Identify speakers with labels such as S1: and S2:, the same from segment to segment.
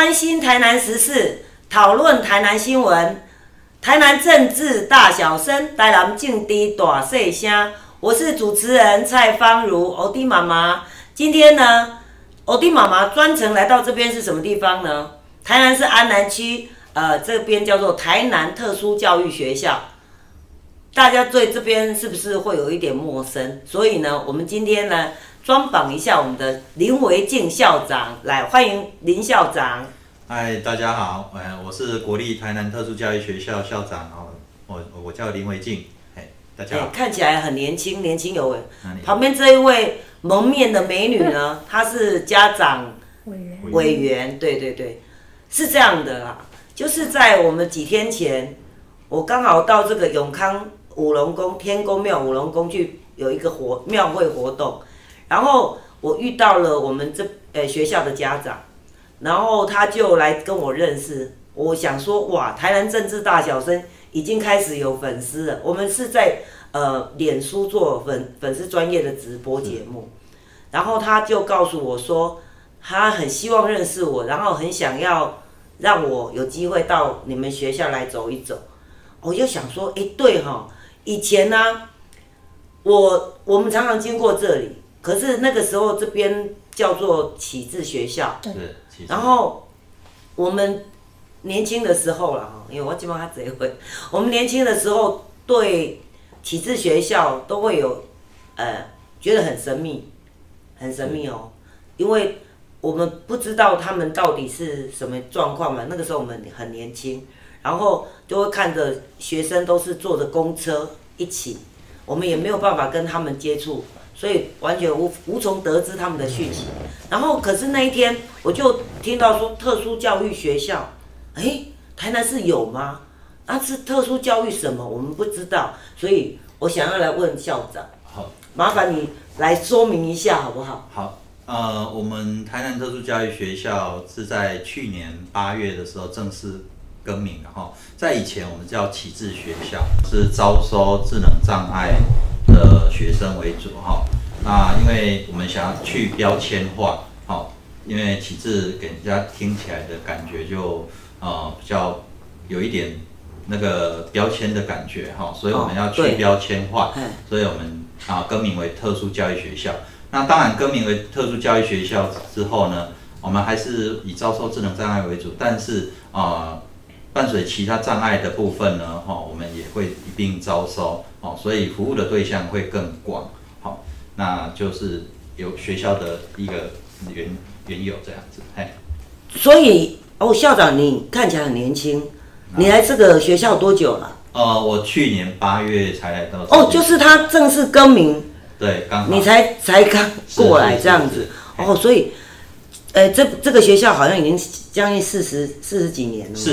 S1: 关心台南时事，讨论台南新闻，台南政治大小声，台南政治大细声。我是主持人蔡芳如，欧弟妈妈。今天呢，欧弟妈妈专程来到这边是什么地方呢？台南市安南区，这边叫做台南特殊教育学校。大家对这边是不是会有一点陌生？所以呢，我们今天呢，专访一下我们的林维静校长，来欢迎林校长。
S2: 嗨，大家好，我是国立台南特殊教育学校校长我叫林维静，大家好。
S1: 看起来很年轻，年轻有为。旁边这一位蒙面的美女呢，她是家长委员，对，是这样的啦。就是在我们几天前，我刚好到这个永康五龙宫天公庙五龙宫去有一个庙会活动，然后我遇到了我们学校的家长，然后他就来跟我认识。我想说，哇，台南政治大小声已经开始有粉丝了。我们是在脸书做粉丝专业的直播节目，然后他就告诉我说，他很希望认识我，然后很想要让我有机会到你们学校来走一走。我就想说，对哈，以前呢，我们常常经过这里，可是那个时候这边叫做启智学校，然后我们年轻的时候啦，因为我基本上这会，我们年轻的时候对启智学校都会有觉得很神秘，很神秘哦，因为我们不知道他们到底是什么状况嘛。那个时候我们很年轻，然后就会看着学生都是坐着公车一起，我们也没有办法跟他们接触，所以完全无从得知他们的讯息。然后可是那一天我就听到说特殊教育学校，台南是有吗？是特殊教育什么？我们不知道，所以我想要来问校长。
S2: 好，
S1: 麻烦你来说明一下好不好？
S2: 好，我们台南特殊教育学校是在去年8月的时候正式更名的哈。在以前我们叫启智学校，是招收智能障碍的学生为主哈。那因为我们想要去标签化，因为启智给人家听起来的感觉就比较有一点那个标签的感觉哈，所以我们要去标签化，所以我们更名为特殊教育学校。那当然更名为特殊教育学校之后呢，我们还是以招收智能障碍为主，但是伴随其他障碍的部分呢，我们也会一并招收，所以服务的对象会更广，那就是有学校的一个缘由这样子，
S1: 所以校长你看起来很年轻，你来这个学校多久了？
S2: 我去年8月才来到。
S1: 就是他正式更名，
S2: 对，刚好
S1: 你才刚过来这样子。所以，这个学校好像已经将近40几年了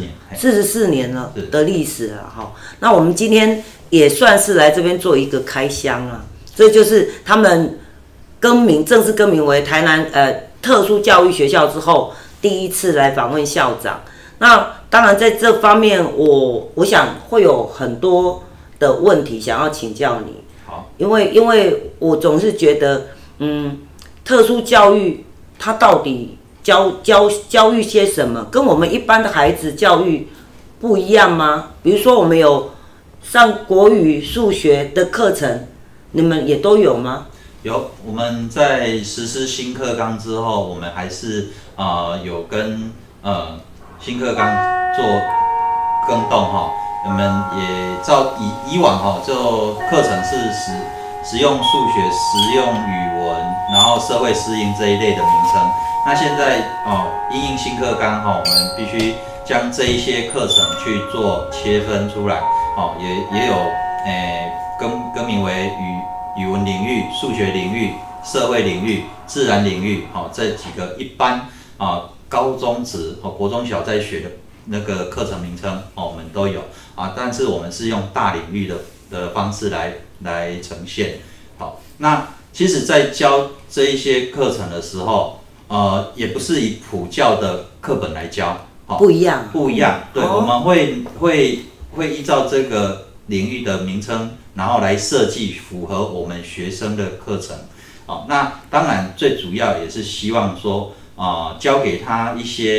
S1: ，44年了的历史了哈。那我们今天也算是来这边做一个开箱啊，这就是他们正式更名为台南特殊教育学校之后，第一次来访问校长。那当然在这方面我想会有很多的问题想要请教你。
S2: 好，
S1: 因为我总是觉得，特殊教育它到底教育些什么，跟我们一般的孩子教育不一样吗？比如说我们有上国语、数学的课程，你们也都有吗？
S2: 有，我们在实施新课纲之后，我们还是有跟新课纲做更动哈。我们也照以往就课程是实用数学、实用语文，然后社会适应这一类的名称。那现在因应新课纲我们必须将这一些课程去做切分出来，也有更名为语文领域、数学领域、社会领域、自然领域，这几个一般高中职国中小在学的那个课程名称我们都有但是我们是用大领域的方式来呈现。好，那其实在教这一些课程的时候，也不是以普教的课本来教，不一样。对，我们会依照这个领域的名称，然后来设计符合我们学生的课程。那当然最主要也是希望说，教给他一些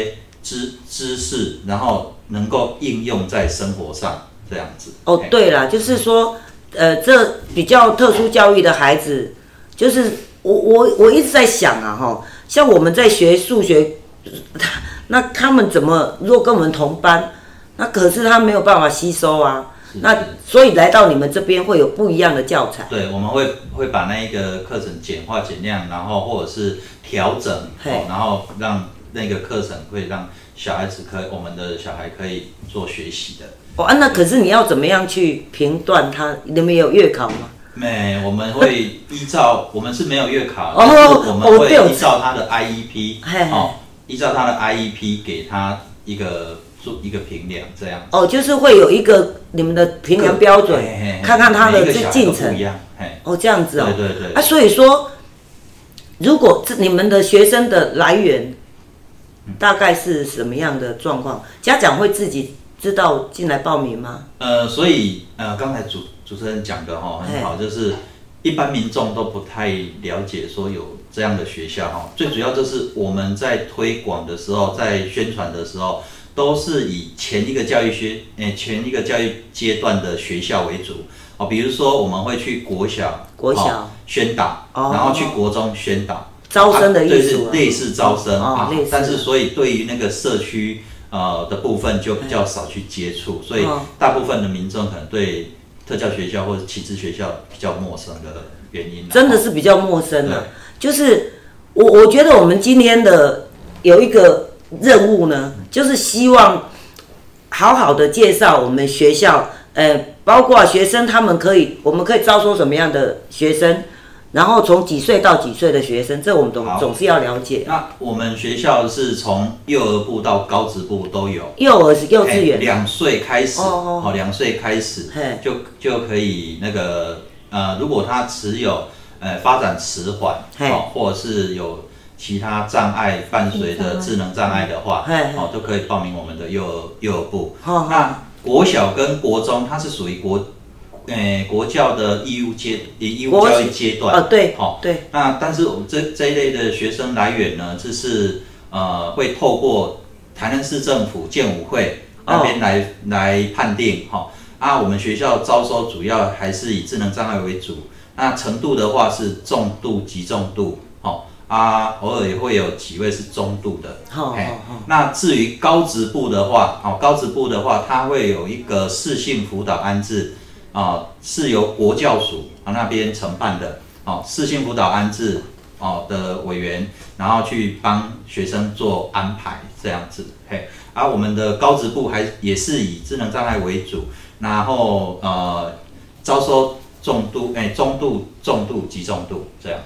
S2: 知识，然后能够应用在生活上这样子。
S1: 哦，对啦，就是说，这比较特殊教育的孩子，就是我一直在想啊，哈，像我们在学数学，那他们怎么如果跟我们同班，那可是他没有办法吸收啊。那所以来到你们这边会有不一样的教材。
S2: 对，我们会把那一个课程简化减量，然后或者是调整，然后让那个课程会让我们的小孩可以做学习的。
S1: 哦，那可是你要怎么样去评断他？你们有月考吗？
S2: 没，我们会依照我们是没有月考，但是我们会依照他的 IEP， 依照他的 IEP 给他一个评量这样。哦，
S1: 就是会有一个你们的评量标准，看看他的这进程。哦，这样子哦。
S2: 对对对。
S1: 啊，所以说，如果你们的学生的来源大概是什么样的状况？家长会自己知道进来报名吗？
S2: 所以刚才主持人讲的很好，就是一般民众都不太了解说有这样的学校最主要就是我们在推广的时候，在宣传的时候，都是以前一个教育阶段的学校为主比如说我们会去国小宣导，然后去国中宣导。招生的意思，类似招生但是所以对于那个社区的部分就比较少去接触，所以大部分的民众可能对特教学校或者启智学校比较陌生的原因。
S1: 真的是比较陌生的，就是我觉得我们今天的有一个任务呢，就是希望好好的介绍我们学校，包括学生我们可以招收什么样的学生。然后从几岁到几岁的学生，这我们总是要了解。
S2: 那我们学校是从幼儿部到高职部都有。
S1: 幼儿是幼稚园
S2: ，2岁开始，2岁开始就可以那个如果他持有发展迟缓或者是有其他障碍伴随的智能障碍的话，都可以报名我们的幼儿部。那国小跟国中，它是属于国教的义务教育阶段
S1: 对，
S2: 那但是我们这一类的学生来源呢，就是会透过台南市政府健武会那边来判定我们学校招收主要还是以智能障碍为主，那程度的话是重度、极重度偶尔也会有几位是中度的。那至于高职部的话，它会有一个适性辅导安置。是由国教署那边承办的适性辅导安置的委员，然后去帮学生做安排这样子。我们的高职部也是以智能障碍为主，然后招收中度、中度、重度、极重度这样。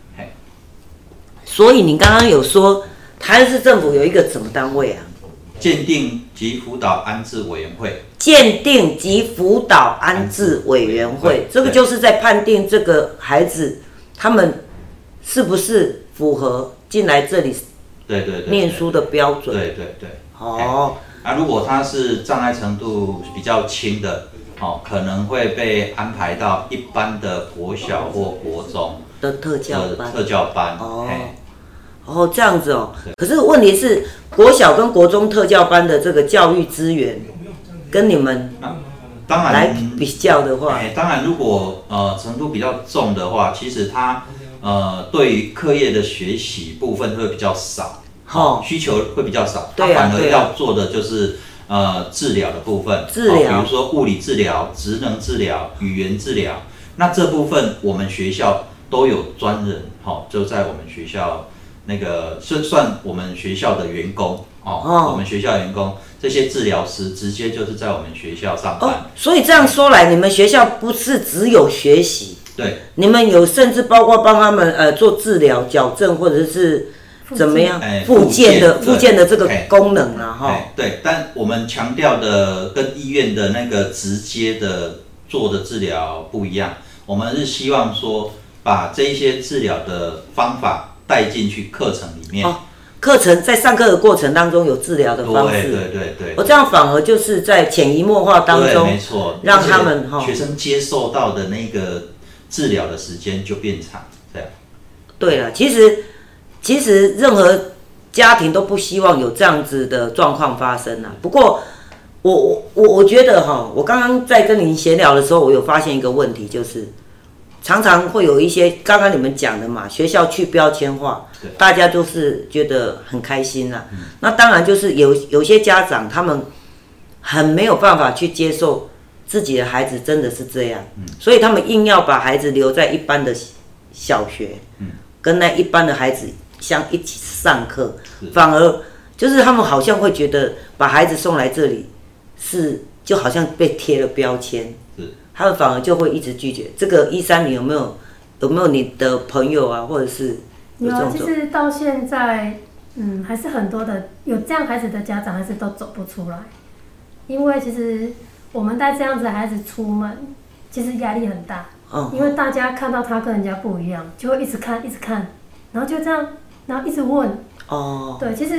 S1: 所以你刚刚有说台南市政府有一个什么单位啊？
S2: 鉴定及辅导安置委员会。
S1: 鉴定及辅导安置委员会，这个就是在判定这个孩子他们是不是符合进来这里念书的标准。
S2: 对。如果他是障碍程度比较轻的，可能会被安排到一般的国小或国中
S1: 的特教班。这样子可是问题是，国小跟国中特教班的这个教育资源，跟你们来比较的话，
S2: 当然如果程度比较重的话，其实他对于课业的学习部分会比较少，需求会比较少，他反而要做的就是治疗的部分，比如说物理治疗、职能治疗、语言治疗，那这部分我们学校都有专人就在我们学校那个算我们学校的员工我们学校员工这些治疗师直接就是在我们学校上班。
S1: 所以这样说来，你们学校不是只有学习，
S2: 对，
S1: 你们有甚至包括帮他们做治疗、矫正或者是怎么样复健的这个功能
S2: 对，但我们强调的跟医院的那个直接的做的治疗不一样，我们是希望说把这一些治疗的方法带进去课程里面。
S1: 课程在上课的过程当中有治疗的方式，
S2: 对，
S1: 这样反而就是在潜移默化当中，
S2: 没错，
S1: 让他们
S2: 学生接受到的那个治疗的时间就变长，这样。
S1: 对了，其实任何家庭都不希望有这样子的状况发生啊。不过我觉得哈，我刚刚在跟您闲聊的时候，我有发现一个问题，就是常常会有一些刚刚你们讲的嘛，学校去标签化，大家都是觉得很开心啦。那当然就是有些家长他们很没有办法去接受自己的孩子真的是这样，所以他们硬要把孩子留在一般的小学，跟那一般的孩子一起上课，反而就是他们好像会觉得把孩子送来这里就好像被贴了标签，他们反而就会一直拒绝。这个13你有没有你的朋友啊，或者是
S3: 有啊？其实到现在，还是很多的有这样孩子的家长还是都走不出来，因为其实我们带这样子的孩子出门，其实压力很大，因为大家看到他跟人家不一样，就会一直看，然后就这样，然后一直问。对，其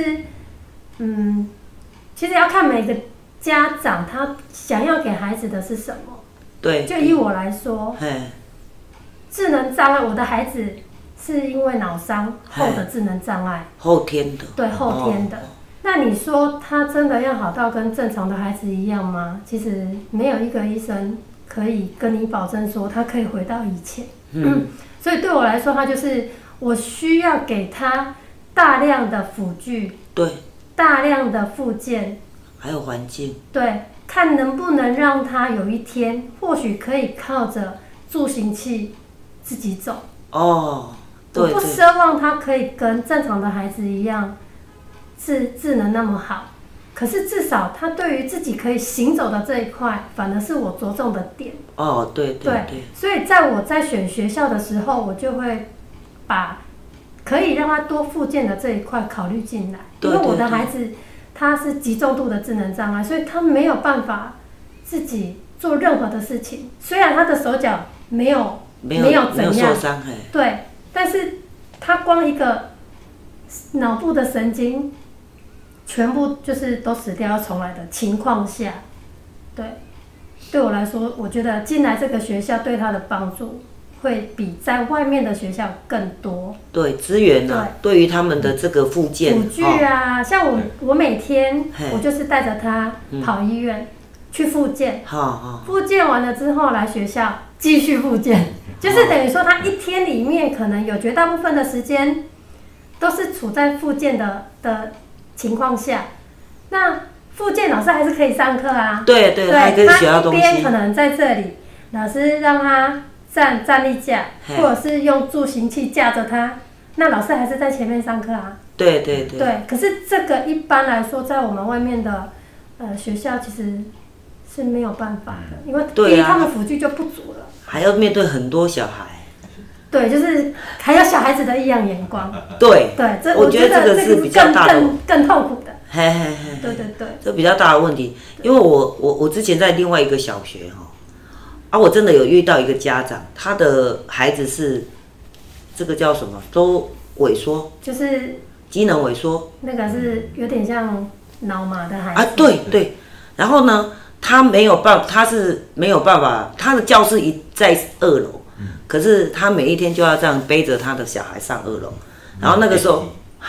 S3: 实要看每个家长他想要给孩子的是什么。对，就以我来说，智能障碍，我的孩子是因为脑伤后的智能障碍，
S1: 后天的。
S3: 对，后天的。那你说他真的要好到跟正常的孩子一样吗？其实没有一个医生可以跟你保证说他可以回到以前。所以对我来说，他就是我需要给他大量的辅具，对，大量的附件，
S1: 还有环境，
S3: 对，看能不能让他有一天或许可以靠着助行器自己走。对，我不奢望他可以跟正常的孩子一样智能那么好，可是至少他对于自己可以行走的这一块，反而是我着重的点。
S1: 对，
S3: 所以在我在选学校的时候，我就会把可以让他多附件的这一块考虑进来，因为我的孩子他是极重度的智能障碍，所以他没有办法自己做任何的事情。虽然他的手脚没有怎样，
S1: 受伤，
S3: 对，但是他光一个脑部的神经全部就是都死掉要重来的情况下，对我来说，我觉得进来这个学校对他的帮助会比在外面的学校更多。
S1: 对，资源啊，对于他们的这个复健
S3: 辅具啊，像我每天我就是带着他跑医院去复健，复健完了之后来学校继续复健，就是等于说他一天里面可能有绝大部分的时间都是处在复健的情况下，那复健老师还是可以上课啊。对，
S1: 他可以学到东西。
S3: 他一边可能在这里，老师让他站立架，或者是用助行器架着他，那老师还是在前面上课啊。对，可是这个一般来说，在我们外面的学校其实是没有办法的，因为第一他们辅具就不足了，
S1: 还要面对很多小孩。
S3: 对，就是还有小孩子的异样眼光。
S1: 对，我觉得这个是比较大的，
S3: 更痛苦的。对，
S1: 这比较大的问题，因为我之前在另外一个小学我真的有遇到一个家长，他的孩子是这个叫什么，都萎缩，就是机能萎缩，
S3: 那个是有点像脑麻的孩子。
S1: 对，然后呢，他是没有办法，他的教室在2楼。可是他每一天就要这样背着他的小孩上2楼，然后那个时候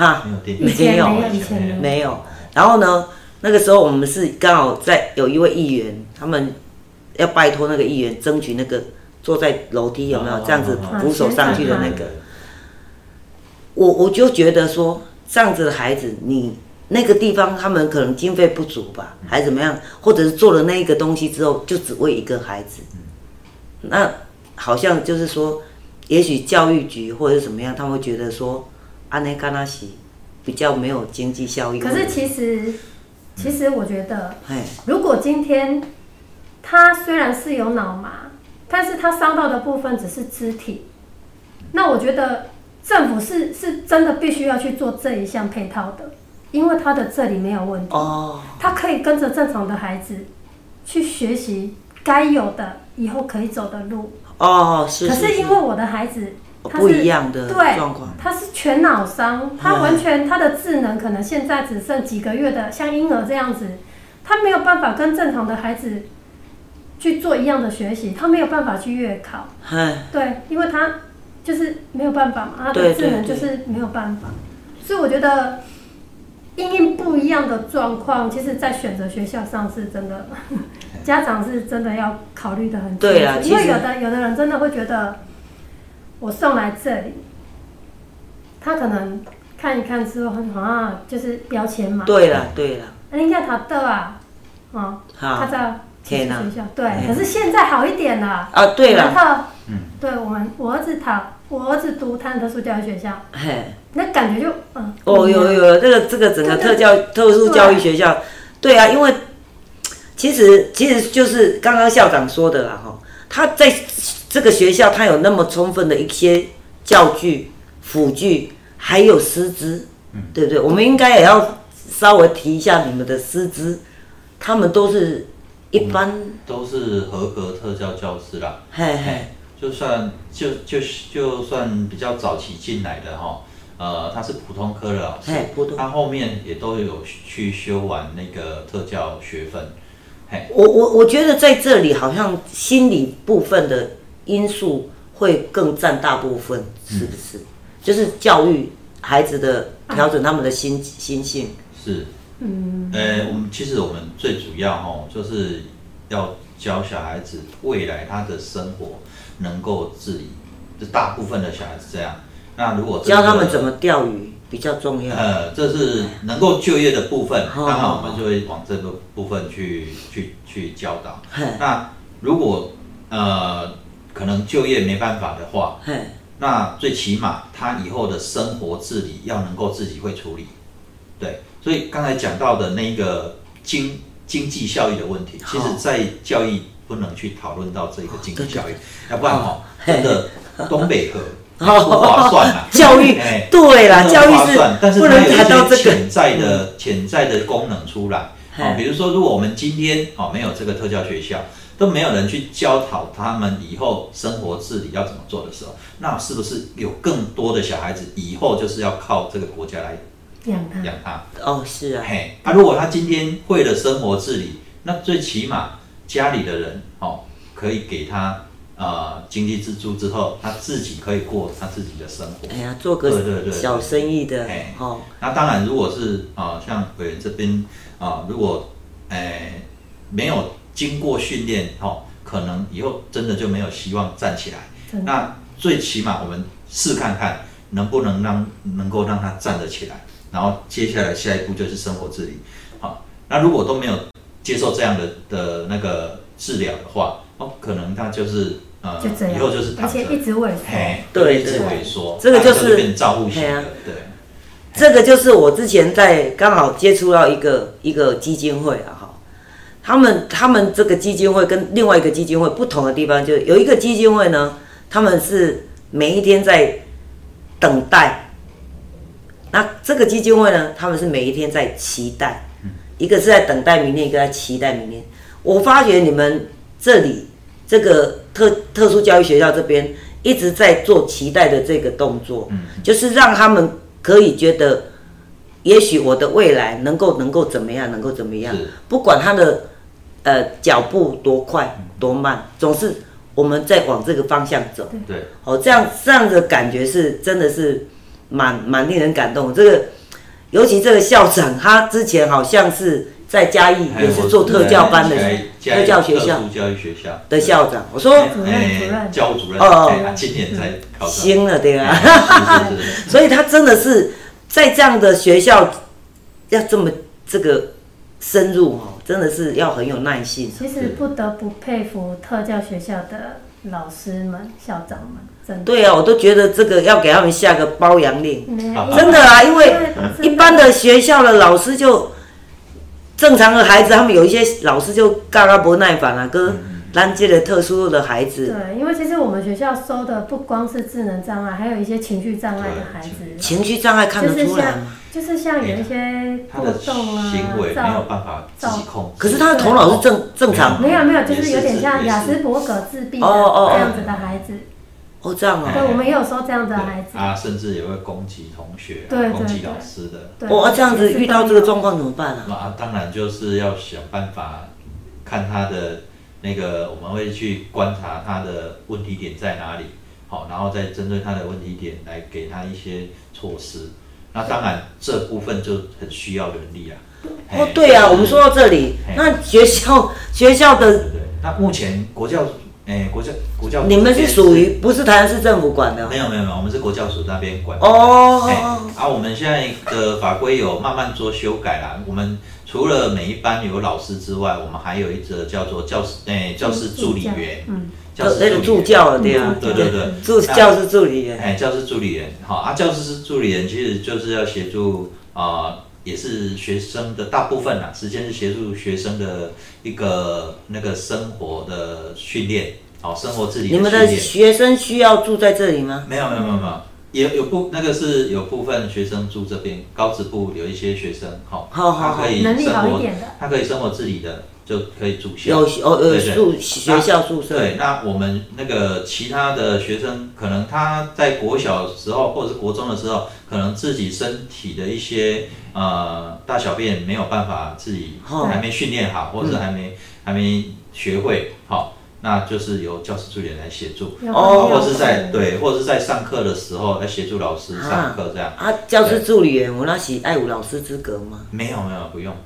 S1: 没有，然后呢，那个时候我们是刚好有一位议员，他们要拜托那个议员争取那个坐在楼梯有没有这样子扶手上去的那个，我就觉得说这样子的孩子，你那个地方他们可能经费不足吧，还是怎么样，或者是做了那一个东西之后，就只为一个孩子，那好像就是说，也许教育局或者是怎么样，他们会觉得说，安内甘那西比较没有经济效益。
S3: 可是其实我觉得，如果今天他虽然是有脑麻，但是他伤到的部分只是肢体，那我觉得政府是真的必须要去做这一项配套的，因为他的这里没有问题，他可以跟着正常的孩子去学习该有的以后可以走的路。可是因为我的孩子他是
S1: 不一样的状况，
S3: 他是全脑伤，他完全他的智能可能现在只剩几个月的，像婴儿这样子，他没有办法跟正常的孩子去做一样的学习，他没有办法去月考。对，因为他就是没有办法嘛，他的智能就是没有办法。所以我觉得因应不一样的状况，其实在选择学校上是真的，家长是真的要考虑的很清楚。
S1: 对啊，
S3: 因为有的人真的会觉得，我送来这里，他可能看一看之后，好像就是标签嘛。
S1: 对啦。
S3: 人家他的啊，他在学校，对。可是现在好一点了。
S1: 啊，对了。
S3: 对我儿子读他的特殊教育学校，那感觉就
S1: 有这个整个特殊教育学校，对啊，因为其实就是刚刚校长说的啦哈，他在这个学校他有那么充分的一些教具、辅具，还有师资，对不对？我们应该也要稍微提一下你们的师资，他们都是一般
S2: 都是合格特教教师啦，就算比较早期进来的他是普通科的老师，他后面也都有去修完那个特教学分。
S1: 我觉得在这里好像心理部分的因素会更占大部分，是不是？就是教育孩子的调整他们的心性。
S2: 是，其实我们最主要就是要教小孩子未来他的生活能够自理，这大部分的小孩子这样。那如果
S1: 教他们怎么钓鱼比较重要。
S2: 这是能够就业的部分，当然我们就会往这个部分去教导。那如果可能就业没办法的话，那最起码他以后的生活自理要能够自己会处理。对，所以刚才讲到的那个经济效益的问题，其实在教育不能去讨论到这个经济效益，要不然真的东北河不划算啊。
S1: 教育对啦，教育是
S2: 但是
S1: 不能谈到这个
S2: 潜在的功能出来。比如说，如果我们今天没有这个特教学校，都没有人去教导他们以后生活自理要怎么做的时候，那是不是有更多的小孩子以后就是要靠这个国家来养他？
S1: 是啊。
S2: 如果他今天会了生活自理，那最起码家里的人可以给他经济支柱之后，他自己可以过他自己的生活。
S1: 做个小生意的。
S2: 那当然，如果是像委员这边如果没有经过训练可能以后真的就没有希望站起来。那最起码我们试看看能不能能够让他站得起来，然后接下来下一步就是生活自理。那如果都没有接受这样的那个治疗的话，可能他就是以后就是
S3: 而且一直萎缩，
S2: 对，一直萎缩，
S1: 这个就是
S2: 变照护型的，对。
S1: 这个就是我之前在刚好接触到一个基金会他们这个基金会跟另外一个基金会不同的地方，就是有一个基金会呢，他们是每一天在等待，那这个基金会呢，他们是每一天在期待，一个是在等待明天，一个在期待明天。我发觉你们这里这个特殊教育学校这边一直在做期待的这个动作，就是让他们可以觉得，也许我的未来能够怎么样，不管他的脚步多快多慢，总是我们在往这个方向走。
S2: 对，
S1: 这样的感觉是真的是蛮令人感动。这个尤其这个校长，他之前好像是在嘉义也是做特教班的特教学校的校长。我说
S2: 教务主任今年才考上，
S1: 新了对啊。所以他真的是在这样的学校要这个深入真的是要很有耐心。
S3: 其实不得不佩服特教学校的老师们、校长们，真的。
S1: 对啊，我都觉得这个要给他们下个褒扬令，真的啊，因为一般的学校的老师就正常的孩子，他们有一些老师就嘎嘎不耐烦跟咱这个特殊的孩子。
S3: 对，因为其实我们学校收的不光是智能障碍，还有一些情绪障碍的孩子。
S1: 情绪障碍看得出来吗？
S3: 就是像有一些过动啊，
S2: 行为没有办法自己控制。
S1: 可是他的头脑是正常。
S3: 没有，就是有点像亚斯伯格自闭的这样子的孩子。
S1: 这样
S3: 对，我们也有收这样的孩子。
S2: 甚至也会攻击同学、攻击老师的。
S1: 这样子遇到这个状况怎么办
S2: 啊？当然就是要想办法看他的那个，我们会去观察他的问题点在哪里，然后再针对他的问题点来给他一些措施。 那当然这部分就很需要人力啊。
S1: 哦，对啊，我们说到这里，那学校的，
S2: 对，那目前国教
S1: 你们是属于不是台南市政府管的？
S2: 没有，我们是国教署那边管的。
S1: 哦，
S2: 我们现在的法规有慢慢做修改啦。我们除了每一班有老师之外，我们还有一个叫做教师助理员，
S1: 那个助教对啊，
S2: 对，
S1: 教师助理员，
S2: 教师助理员，好教师助理员其实就是要协助也是学生的大部分啦，时间是协助学生的一个那个生活的训练，生活自理的训练。
S1: 你们的学生需要住在这里吗？
S2: 没有，那个是有部分学生住这边，高职部有一些学生，他可以
S3: 能力好一点的，
S2: 他可以生活自理的，就可以住校。
S1: 有学校宿舍。
S2: 对，那我们那个其他的学生，可能他在国小的时候或者是国中的时候，可能自己身体的一些大小便没有办法自己还没训练好，或者是还没学会好。那就是由教师助理员来协助，或者是在上课的时候来协助老师上课这样。
S1: 教师助理员，我那是爱有老师资格吗？
S2: 没有，不用。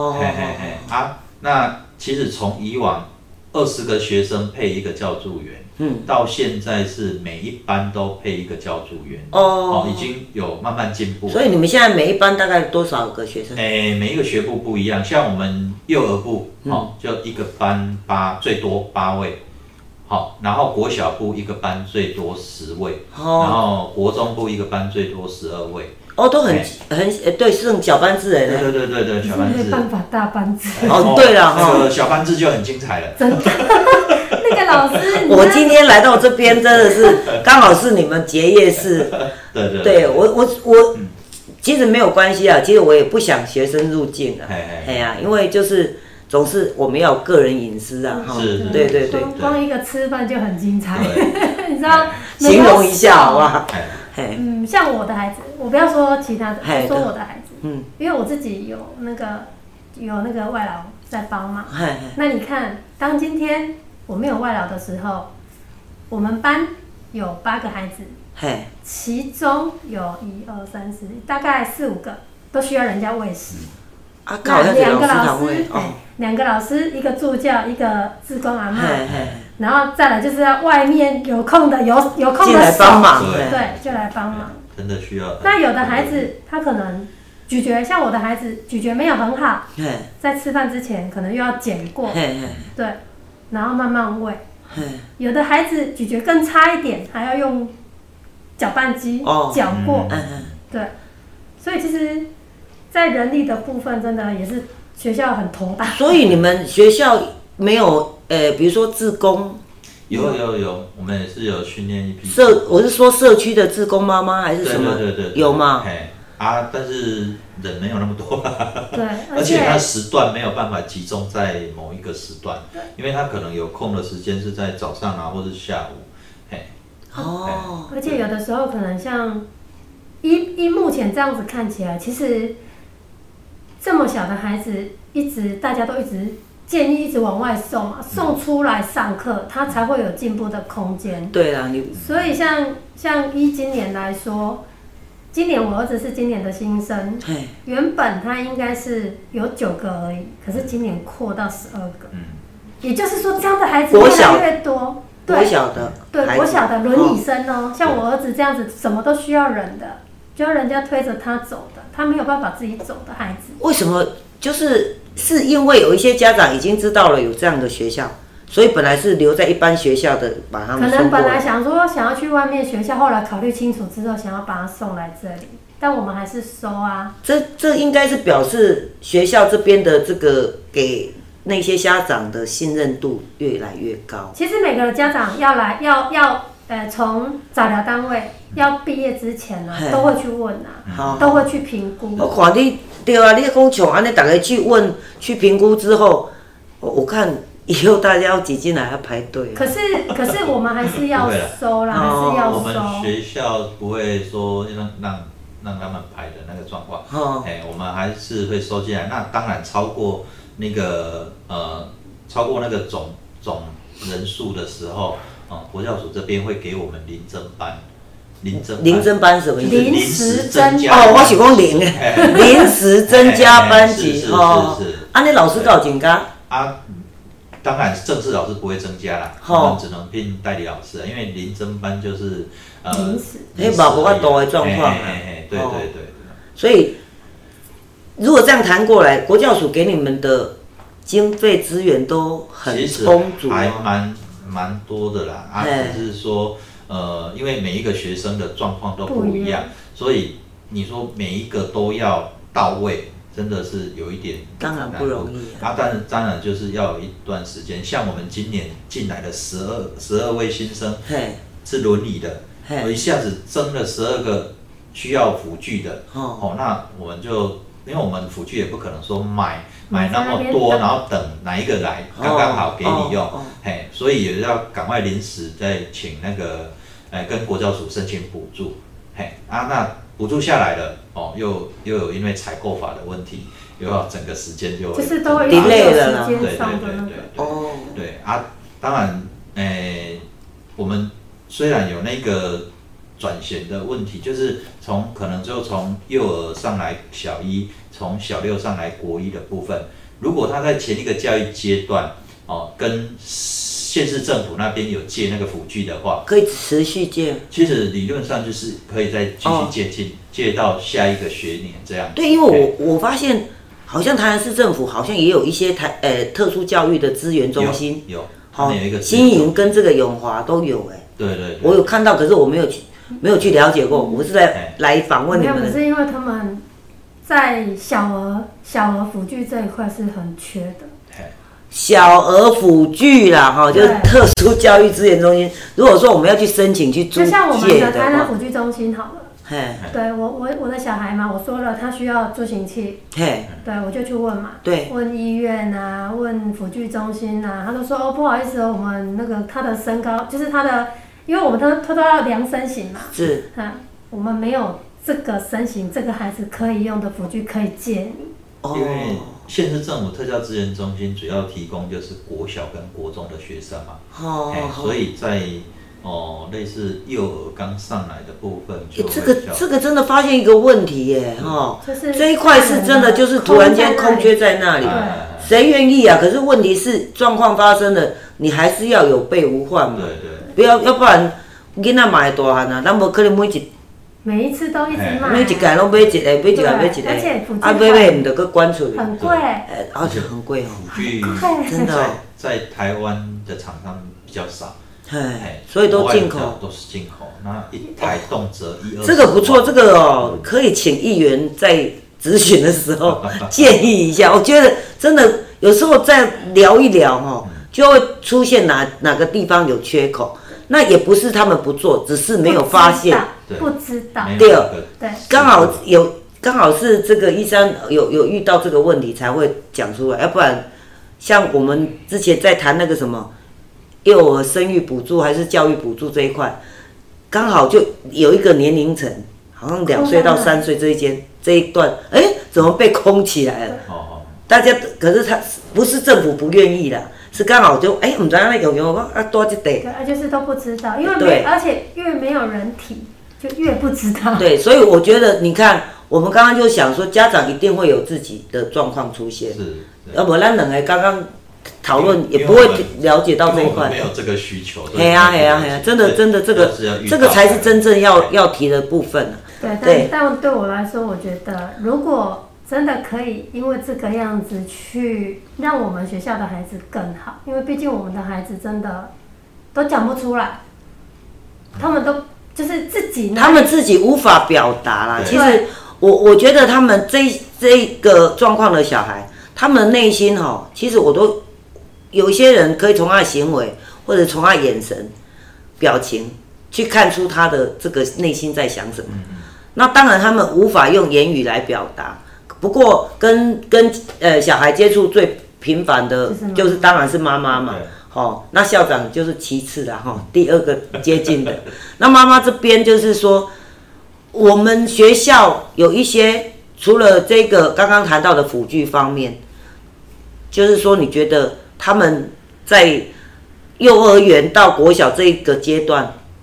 S2: 那其实从以往20个学生配一个教助员，到现在是每一班都配一个教助员，已经有慢慢进步。
S1: 所以你们现在每一班大概多少个学生？
S2: 每一个学部不一样，像我们幼儿部，就一个班最多8位，然后国小部一个班最多10位，然后国中部一个班最多12位。都很
S1: 对，是种小班制的。
S2: 对，小班制。
S3: 没办法大班制。
S1: 对了
S2: 那个小班制就很精彩了。
S3: 真的，那个老师，
S1: 我今天来到这边真的是刚好是你们结业式。对，我其实没有关系啊，其实我也不想学生入境啊。因为就是总是我们要有个人隐私啊。对。
S3: 光一个吃饭就很精彩，你知道？
S1: 形容一下好不好？
S3: 像我的孩子，我不要说其他的，说我的孩子，因为我自己有那个外劳在帮忙。那你看，当今天我没有外劳的时候，我们班有8个孩子，其中有1、2、3、4，大概4、5个都需要人家喂食。那2个老师，2个老师，一个助教，一个志工阿嬷，然后再来就是要外面有空的有空的手，对，就来帮忙。
S2: 真的需要。
S3: 那有的孩子他可能咀嚼，像我的孩子咀嚼没有很好，在吃饭之前可能又要剪过，对，然后慢慢喂。有的孩子咀嚼更差一点，还要用搅拌机搅过，对，所以其实，在人力的部分，真的也是学校很头大。
S1: 所以你们学校没有比如说志工？
S2: 有，我们也是有训练一批。
S1: 我是说社区的志工妈妈还是什么？
S2: 对，
S1: 有吗？
S2: 但是人没有那么多啦。
S3: 对，
S2: 而且它时段没有办法集中在某一个时段，因为它可能有空的时间是在早上或是下午。
S3: 而且有的时候可能像依目前这样子看起来，其实这么小的孩子，大家都一直建议一直往外送嘛，送出来上课，他才会有进步的空间。
S1: 对啦，
S3: 所以像依今年来说，今年我儿子是今年的新生，原本他应该是有9个而已，可是今年扩到12个，也就是说这样的孩子越来越多。
S1: 国小的，
S3: 对，国小的轮椅生哦，像我儿子这样子，什么都需要人的，就要人家推着他走的，他没有办法自己走的孩子。
S1: 为什么？是因为有一些家长已经知道了有这样的学校，所以本来是留在一般学校的，把他们送过来。
S3: 可能本来想要去外面学校，后来考虑清楚之后，想要把他送来这里，但我们还是收啊。
S1: 这应该是表示学校这边的这个给那些家长的信任度越来越高。
S3: 其实每个家长要来从早疗单位要毕业之前都会去问都会去评估。
S1: 我看你对啊，你讲像安尼，大家去问去评估之后，我看以后大家要挤进来要排队。
S3: 可是我们还是要收啦，还是要收。
S2: 我们学校不会说让他们排的那个状况，我们还是会收进来。那当然超过那个总人数的时候，国教署这边会给我们临临
S1: 增班什么意思？
S3: 临时增加
S1: 哦，我是讲临时增加班级哦。你老师有增加？
S2: 当然正式老师不会增加啦，我们只能聘代理老师，因为临增班就是
S3: 临时，
S1: 没办法多的状况。
S2: 对。
S1: 所以如果这样谈过来，国教署给你们的经费资源都很充足，
S2: 还蛮多的啦。只是说因为每一个学生的状况都不一样，所以你说每一个都要到位。真的是有一点
S1: 当然不容易
S2: 但是当然就是要有一段时间。像我们今年进来的12位新生是轮椅的，我一下子增了12个需要辅具的，那我们就因为我们辅具也不可能说买那么多，然后等哪一个来刚刚好给你用，所以也要赶快临时再请那个跟国教署申请补助，那补助下来了，又有因为采购法的问题，又要整个时间
S3: 就是都会
S1: delay了，
S2: 对当然，我们虽然有那个转衔的问题，就是可能就从幼儿上来小一，从小6上来国1的部分，如果他在前一个教育阶段，跟县市政府那边有借那个辅具的话，
S1: 可以持续借。
S2: 其实理论上就是可以再继续借到下一个学年这样。
S1: 对，因为我发现好像台南市政府好像也有一些特殊教育的资源中心，
S2: 有
S1: 一个新营跟这个永华都有
S2: 对，
S1: 我有看到，可是我没有去了解过，我是来访问你们的。
S3: 是因为他们在小儿辅具这一块是很缺的。
S1: 小儿辅具啦，就是特殊教育资源中心。如果说我们要去申请去租借的话，
S3: 就像我们的台南辅具中心好了。对我的小孩嘛，我说了他需要助行器，对我就去问嘛，问医院啊，问辅具中心啊，他都说不好意思我们那个他的身高就是他的，因为我们他都要量身形嘛，
S1: 是
S3: 我们没有这个身形这个孩子可以用的辅具可以借你。
S2: 因为县市政府特教资源中心主要提供就是国小跟国中的学生嘛，所以在类似幼儿刚上来的部分
S1: 这个真的发现一个问题耶，这一块是真的就是突然间空缺在那里，谁愿意啊？可是问题是状况发生了，你还是要有备无患嘛，不要不然囡仔嘛会大汉啊，咱无可能
S3: 每一次都一直卖，
S1: 每一届拢买一个，买一个，而且买唔得个关出去，
S3: 很贵，
S1: 而且很贵
S2: 辅具
S1: 真的
S2: 在台湾的厂商比较少，
S1: 所以都进口，
S2: 都是进口，那一台动辄1-2。
S1: 这个不错，这个可以请议员在咨询的时候建议一下。我觉得真的有时候再聊一聊就会出现哪个地方有缺口。那也不是他们不做，只是没有发现，
S3: 不知道。
S1: 对，刚好是这个医生有遇到这个问题才会讲出来，要不然像我们之前在谈那个什么幼儿生育补助还是教育补助这一块，刚好就有一个年龄层，好像2岁到3岁这一段，怎么被空起来了？大家可是他不是政府不愿意啦。是刚好就不知道那用多一点，
S3: 就是都不知道，因为而且越没有人提，就越不知道。
S1: 对，所以我觉得你看，我们刚刚就想说，家长一定会有自己的状况出现，要不然两个刚刚讨论也不会了解到这一块，
S2: 没有这个需求。
S1: 真的这个才是真正要提的部分。
S3: 对，但对我来说，我觉得如果真的可以因为这个样子去让我们学校的孩子更好，因为毕竟我们的孩子真的都讲不出来，他们都就是他们自己
S1: 无法表达啦。其实我觉得他们这个状况的小孩，他们内心其实我都有一些人可以从他的行为或者从他的眼神、表情去看出他的这个内心在想什么。那当然他们无法用言语来表达。不过跟小孩接触最频繁的，就是当然是妈妈嘛，那校长就是其次啦，第2个接近的。那妈妈这边就是说，我们学校有一些除了这个刚刚谈到的辅具方面，就是说你觉得他们在幼儿园到国小这一个阶段，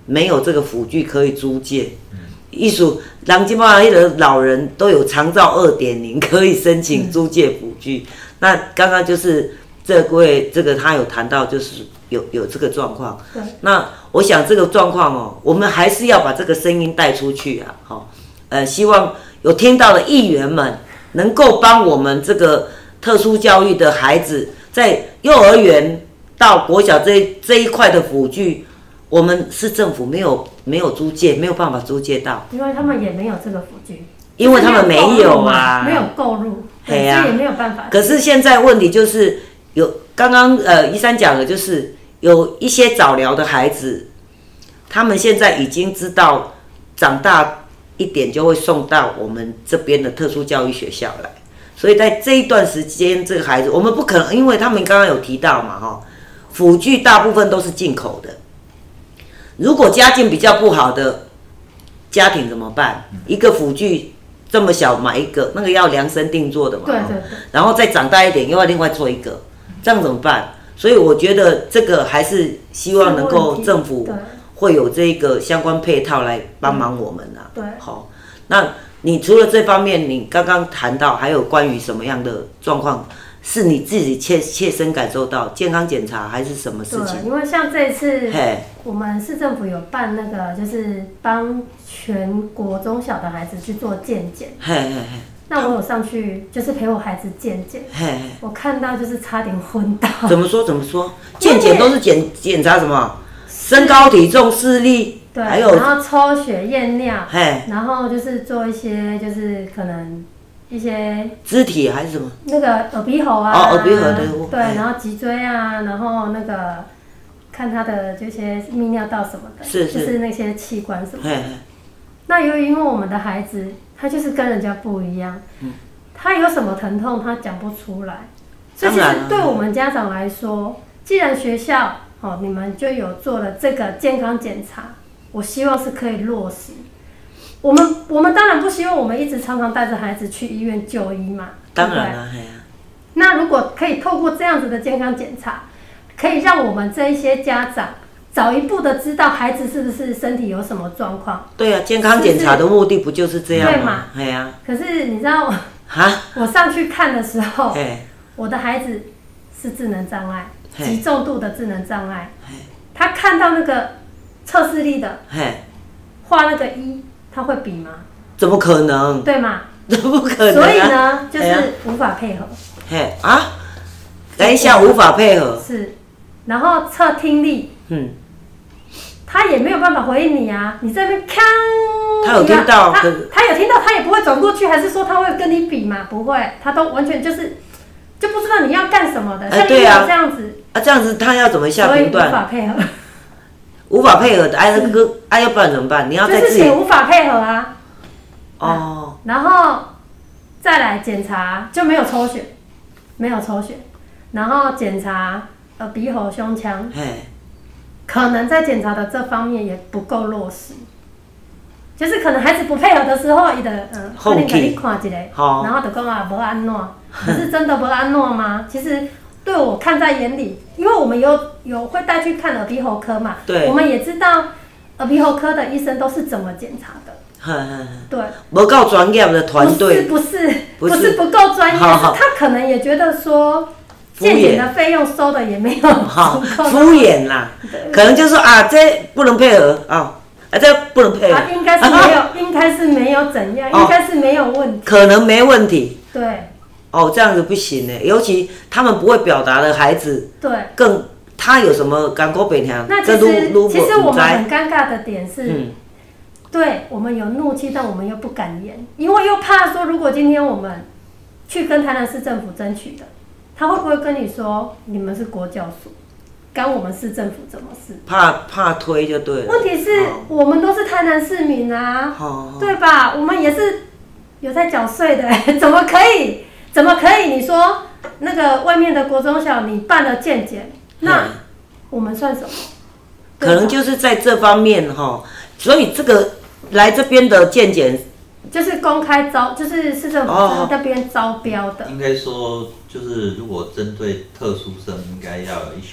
S1: 没有这个辅具可以租借。艺术，人基本上的老人都有长照2.0可以申请租借辅具。那刚刚就是这个他有谈到，就是有这个状况。那我想这个状况哦，我们还是要把这个声音带出去啊。好，希望有听到的议员们能够帮我们这个特殊教育的孩子，在幼儿园到国小这一块的辅具。我们市政府没有租借，没有办法租借到，
S3: 因为他们也没有这个辅具，
S1: 因为他们没有啊，
S3: 没有购入，对啊，所以也没有办法。
S1: 可是现在问题就是有刚刚依珊讲的，就是有一些早疗的孩子，他们现在已经知道长大一点就会送到我们这边的特殊教育学校来，所以在这一段时间，这个孩子我们不可能，因为他们刚刚有提到嘛，辅具大部分都是进口的。如果家境比较不好的家庭怎么办？一个辅具这么小买一个，那个要量身定做的嘛。
S3: 对。
S1: 然后再长大一点，又要另外做一个，这样怎么办？所以我觉得这个还是希望能够政府会有这个相关配套来帮忙我们啊。
S3: 对。
S1: 好，那你除了这方面，你刚刚谈到还有关于什么样的状况？是你自己切身感受到健康检查还是什么事情？
S3: 对，因为像这一次，我们市政府有办那个，就是帮全国中小的孩子去做健检。那我有上去，就是陪我孩子健检。我看到就是差点昏倒。
S1: 怎么说？健检都是检查什么？身高、体重、视力，
S3: 对，
S1: 还有
S3: 然后抽血验尿，然后就是做一些就是可能。一些
S1: 肢体还是什么？
S3: 那个耳鼻喉啊，
S1: 耳鼻喉
S3: 对，然后脊椎啊，然后那个看他的这些泌尿道什么的，就是那些器官什么的。那由于因为我们的孩子，他就是跟人家不一样，他有什么疼痛他讲不出来，所以其实对我们家长来说，既然学校你们就有做了这个健康检查，我希望是可以落实。我们当然不希望我们一直常常带着孩子去医院就医嘛，
S1: 当然了，
S3: 那如果可以透过这样子的健康检查，可以让我们这一些家长早一步的知道孩子是不是身体有什么状况。
S1: 对啊，健康检查的目的不就是这样吗？
S3: 对嘛？可是你知道我上去看的时候，我的孩子是智能障碍，极重度的智能障碍，他看到那个测视力的，画那个1。他会比吗？
S1: 怎么可能？
S3: 对吗？
S1: 怎么可能？
S3: 所以呢，就是无法配合。
S1: 等一下无法配合。
S3: 是，然后测听力，他也没有办法回应你啊！你在那边看，
S1: 他有听到，
S3: 他有听到，他也不会转过去，还是说他会跟你比嘛？不会，他都完全就不知道你要干什么的。像你这样子，
S1: 这样子他要怎么下评断？
S3: 无法配合。
S1: 无法配合的，要不然怎么办？你要再
S3: 就是写无法配合啊。然后再来检查就没有抽血，然后检查鼻喉胸腔，可能在检查的这方面也不够落实，就是可能孩子不配合的时候，可能给你看一下，然后就讲无安怎，可是真的无安怎吗？其实。对我看在眼里，因为我们有会带去看耳鼻喉科嘛，我们也知道耳鼻喉科的医生都是怎么检查的。对，
S1: 不够专业的团队，
S3: 不是不够专业，是他可能也觉得说健检的费用收的也没有
S1: 敷衍啦，可能就说这不能配合这不能配合，
S3: 应该是没有怎样，应该是没有问题，
S1: 可能没问题，
S3: 对。
S1: 这样子不行呢，尤其他们不会表达的孩子，
S3: 对，
S1: 他有什么港口北条？
S3: 那其实我们很尴尬的点是，对我们有怒气，但我们又不敢言，因为又怕说，如果今天我们去跟台南市政府争取的，他会不会跟你说你们是国教署，干我们市政府怎么事？
S1: 怕推就对了。
S3: 问题是我们都是台南市民啊，对吧？我们也是有在缴税的，怎么可以？你说那个外面的国中小你办了健检，那我们算什么？
S1: 可能就是在这方面所以这个来这边的健检
S3: 就是公开就是市政府那边招标的。
S2: 应该说，就是如果针对特殊生，应该要有一些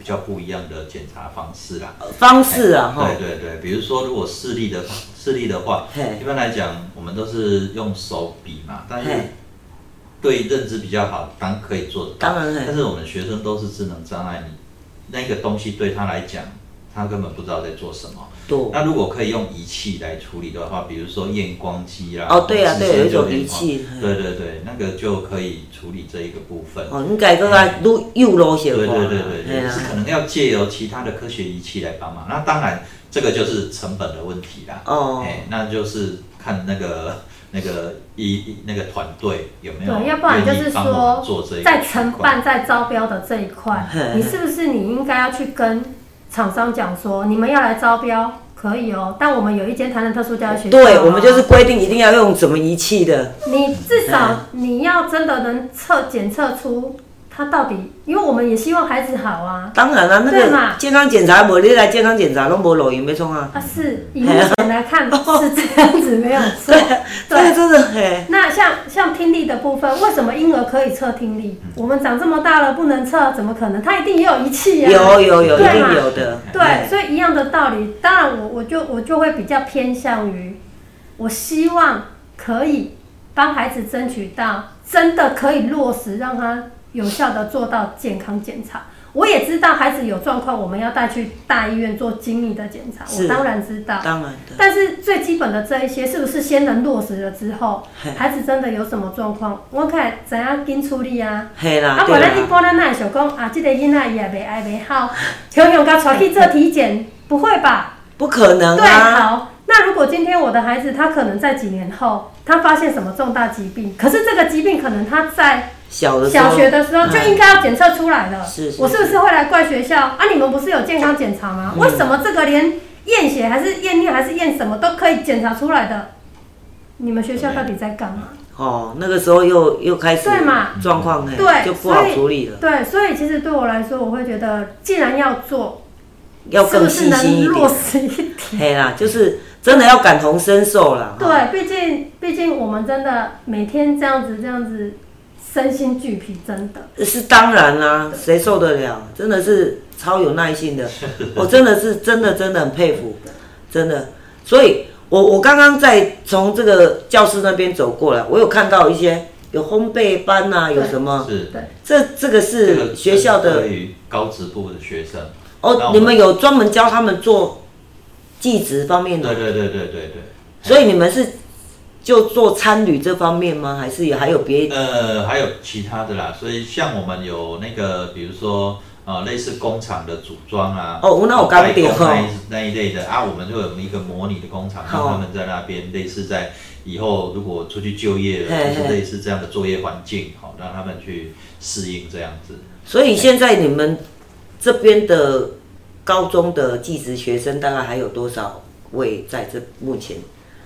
S2: 比较不一样的检查方式啦。
S1: 方式啊，
S2: 对对对，比如说如果视力的话，一般来讲我们都是用手比嘛，但是对认知比较好，当然可以做得到。
S1: 当然，
S2: 但是我们学生都是智能障碍，那个东西对他来讲，他根本不知道在做什么。那如果可以用仪器来处理的话，比如说验光机啦，
S1: 对啊，对，有一种仪器，
S2: 对对对，那个就可以处理这一个部分。
S1: 应该个又路些。
S2: 对对对对，是可能要借由其他的科学仪器来帮忙。那当然，这个就是成本的问题啦。那就是看那个团队有没有
S3: 要不然就是说
S2: 做这一
S3: 在承办在招标的这一块，你是不是你应该要去跟厂商讲说，你们要来招标可以哦，但我们有一间台南特殊教育学校，
S1: 对，我们就是规定一定要用什么仪器的。
S3: 你至少你要真的能检测出他到底，因为我们也希望孩子好啊。
S1: 当然了，那个健康检查，你来健康检查都没录音，没错啊。
S3: 是以目前来看是这样子，没有错。
S1: 对，真的。
S3: 那像听力的部分，为什么婴儿可以测听力？我们长这么大了不能测，怎么可能？他一定也有仪器啊。
S1: 有，一定有的。
S3: 对，所以一样的道理，当然我就会比较偏向于，我希望可以帮孩子争取到真的可以落实，让他有效的做到健康检查。我也知道孩子有状况，我们要带去大医院做精密的检查，我当然知道。
S1: 当然的。
S3: 但是最基本的这一些，是不是先能落实了之后，孩子真的有什么状况，我可以怎样紧处理啊？
S1: 嘿啦。
S3: 不然一般咱哪会想讲啊，这个囡仔伊也袂爱袂好，雄雄甲带去做体检，不会吧？
S1: 不可能啊。
S3: 对，好。那如果今天我的孩子他可能在几年后，他发现什么重大疾病，可是这个疾病可能他在小学的时候就应该要检测出来了。我是不是会来怪学校啊？你们不是有健康检查吗？为什么这个连验血还是验尿还是验什么都可以检查出来的？你们学校到底在干嘛？
S1: 那个时候又开始状况就不好处理了。
S3: 对，所以其实对我来说，我会觉得既然要做，
S1: 要更细心一点，
S3: 是不是能落实一点？
S1: 嘿啦，就是真的要感同身受啦。
S3: 对，毕竟我们真的每天这样子。身心俱疲，真的
S1: 是当然啦，谁受得了？真的是超有耐心的，我真的是真的很佩服，真的。所以我刚刚在从这个教室那边走过来，我有看到一些有烘焙班啊，有什么？
S2: 是，
S1: 这个是学校的
S2: 对于高职部的学生。
S1: 你们有专门教他们做技职方面的？
S2: 对。
S1: 所以你们是。就做餐旅这方面吗？还是还有别？
S2: 还有其他的啦。所以像我们有那个，比如说类似工厂的组装啊，
S1: 那我刚点
S2: 那一类的啊，我们就有一个模拟的工厂，让他们在那边类似在以后如果出去就业了，就是类似这样的作业环境，好让他们去适应这样子。
S1: 所以现在你们这边的高中的技职学生大概还有多少位在这目前？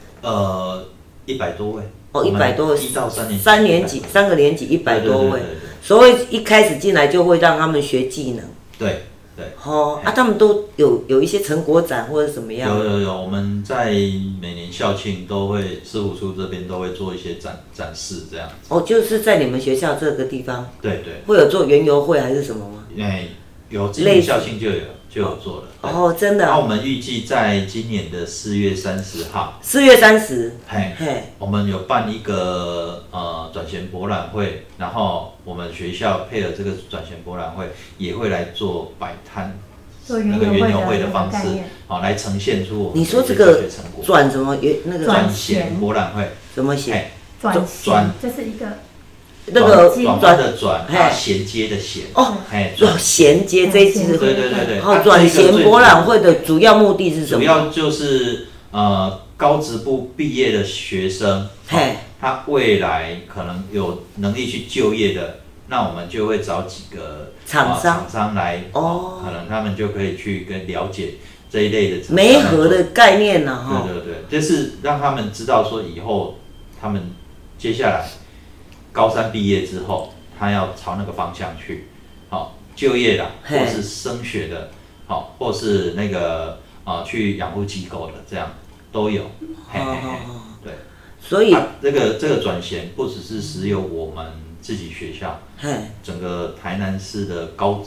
S2: 100多位
S1: 100多位，1到
S2: 3年级
S1: ，3个年级100多位。所以一开始进来就会让他们学技能。
S2: 对。
S1: 他们都有一些成果展或者什么样？
S2: 有，我们在每年校庆都会，市府处这边都会做一些展示这样子。
S1: 就是在你们学校这个地方。对。会有做园游会还是什么吗？
S2: 有，今年校庆就有做了。
S1: 真的。
S2: 那我们预计在今年的4月30号。
S1: 4月30。
S2: 我们有办一个转衔博览会，然后我们学校配合这个转衔博览会，也会来做摆摊，那个园游会的方式，来呈现出我们的学习成果。
S1: 转什么？那个
S2: 转衔博览会
S1: 怎么写？
S3: 转就是一个。
S1: 那个
S2: 转的转，衔接的衔。
S1: 衔接这一支。
S2: 对。
S1: 转衔博览会的主要目的是什么？
S2: 主要就是高职部毕业的学生，他未来可能有能力去就业的，那我们就会找几个厂商来，可能他们就可以去了解这一类的
S1: 媒合的概念呢。
S2: 对，就是让他们知道说以后他们接下来。高3毕业之后，他要朝那个方向去，就业的，或是升学的，或是那个去养护机构的，这样都有。对，
S1: 所以
S2: 这个转衔不只是有我们自己学校，整个台南市的高职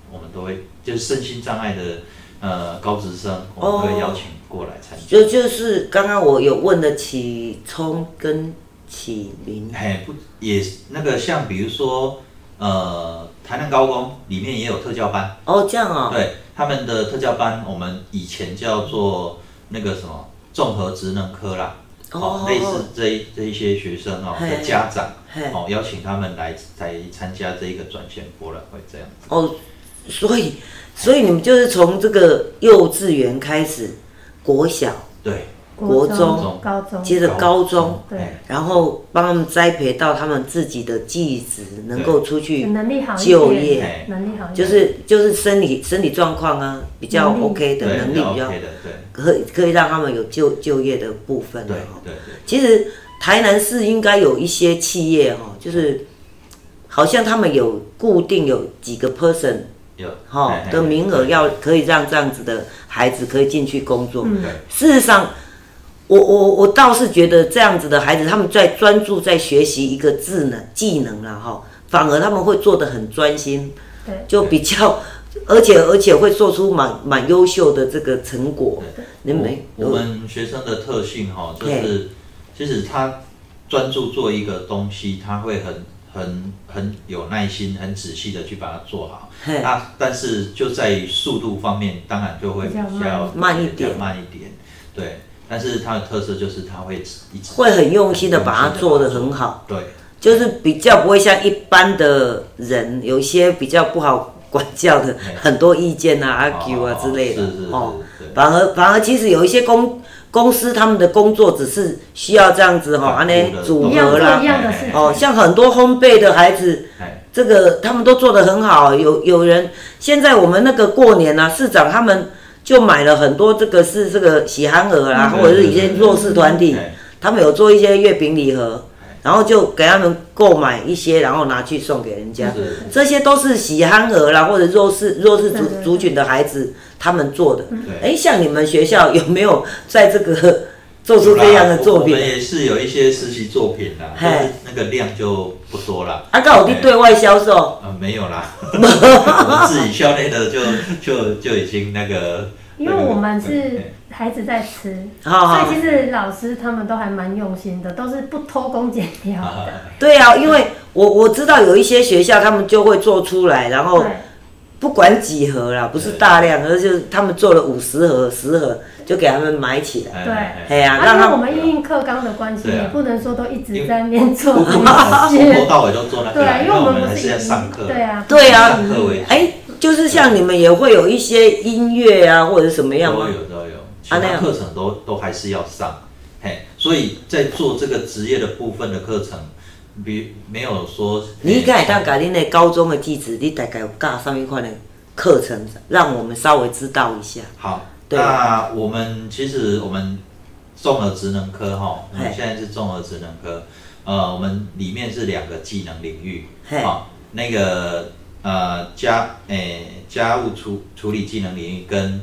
S2: 我们都会就是身心障碍的高职生，我们会邀请过来参加。
S1: 就是刚刚我有问的启聪跟启明，
S2: 不也那个像比如说台南高工里面也有特教班。
S1: 这样哦。
S2: 对，他们的特教班，我们以前叫做那个什么综合职能科啦。类似这一些学生的家长邀请他们来参加这个转衔博览会这样子。
S1: 所以你们就是从这个幼稚园开始，国小，
S2: 对，
S1: 国中，
S3: 高中，
S1: 接着高中，
S3: 对，
S1: 然后帮他们栽培到他们自己的技职，能够出去
S3: 能力好
S1: 就业，
S3: 能力好，
S1: 就是身体状况啊比较 OK 的能力比较，可以让他们有就业的部分。
S2: 对。
S1: 其实台南市应该有一些企业就是好像他们有固定有几个 person。的名额可以让这样子的孩子可以进去工作。事实上，我倒是觉得这样子的孩子，他们在专注在学习一个技能啦反而他们会做得很专心，就比较，而且会做出蛮优秀的这个成果。
S2: 我们学生的特性就是其实他专注做一个东西，他会很有耐心、很仔细的去把它做好。但是就在于速度方面，当然就会比较
S1: 慢一点。
S2: 对，但是它的特色就是它会
S1: 会很用心的把它做得很好。
S2: 对，
S1: 就是比较不会像一般的人，有一些比较不好管教的，很多意见argue 啊之类的。反而其实有一些公司他们的工作只是需要这样子组合啦，像很多烘焙的孩子，这个他们都做得很好。有人现在我们那个过年市长他们就买了很多这个喜憨儿啦，或者是一些弱势团体，他们有做一些月饼礼盒，然后就给他们购买一些，然后拿去送给人家。这些都是喜憨儿啦，或者弱势族群的孩子他们做的。像你们学校有没有在这个做出这样的作品？
S2: 我们也是有一些实习作品啦，但是那个量就不多啦。
S1: 刚好去对外销售？
S2: 没有啦，我们自己校内的就已经那个。
S3: 因为我们是孩子在吃，所以其实老师他们都还蛮用心的，都是不偷工减料的。
S1: 对啊，因为我知道有一些学校他们就会做出来，然后不管几盒啦，不是大量，而是他们做了50盒、10盒，就给他们买起来。
S3: 对，因为我们因课纲的关系，也不能说都一直在那边做，从
S2: 头到尾都做那个。
S3: 对，因为我们
S2: 还是在上课。
S1: 对啊，上课为主。就是像你们也会有一些音乐啊，或者什么样吗？
S2: 都有，其他课程都还是要上。所以在做这个职业的部分的课程，没有说。
S1: 你敢当把你的高中的技职，你大概有教什么款的课程，让我们稍微知道一下。
S2: 好，那其实我们综合职能科我们现在是综合职能科，我们里面是2个技能领域，那个。家务处理技能领域跟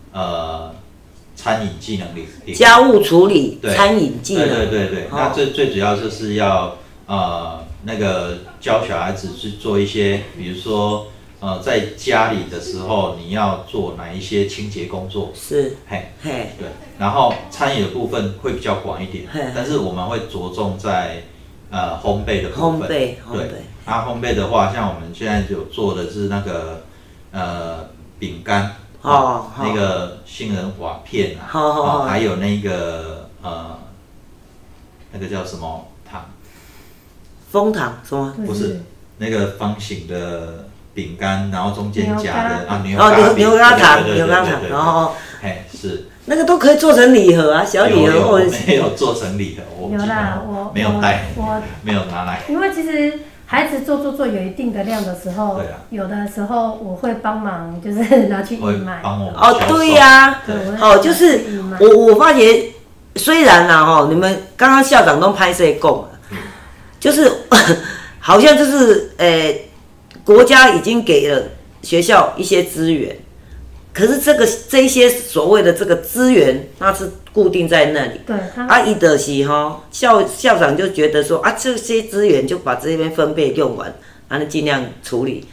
S2: 餐饮技能领域。
S1: 家务处理、餐饮技能。
S2: 对。那最主要就是要那个教小孩子去做一些，比如说在家里的时候你要做哪一些清洁工作。
S1: 是。
S2: 对。然后餐饮的部分会比较广一点，但是我们会着重在烘焙的部分。对。烘焙的话，像我们现在有做的是那个饼干，那个杏仁瓦片还有那个那个叫什么糖？
S1: 枫糖是吗？
S2: 不是，那个方形的饼干，然后中间夹的
S1: 牛轧糖，
S2: 是。
S1: 那个都可以做成礼盒啊，小礼盒或者
S2: 没有做成礼盒，我没有带，没有拿来。
S3: 因为其实孩子做有一定的量的时候，有的时候我会帮忙，就是拿去义卖。
S1: 对呀，就是我发觉，虽然你们刚刚校长都拍摄讲，就是好像就是国家已经给了学校一些资源。可是这一些所谓的这个资源，那是固定在那里。对。的是校长就觉得说这些资源就把这边分配用完，尽量处理。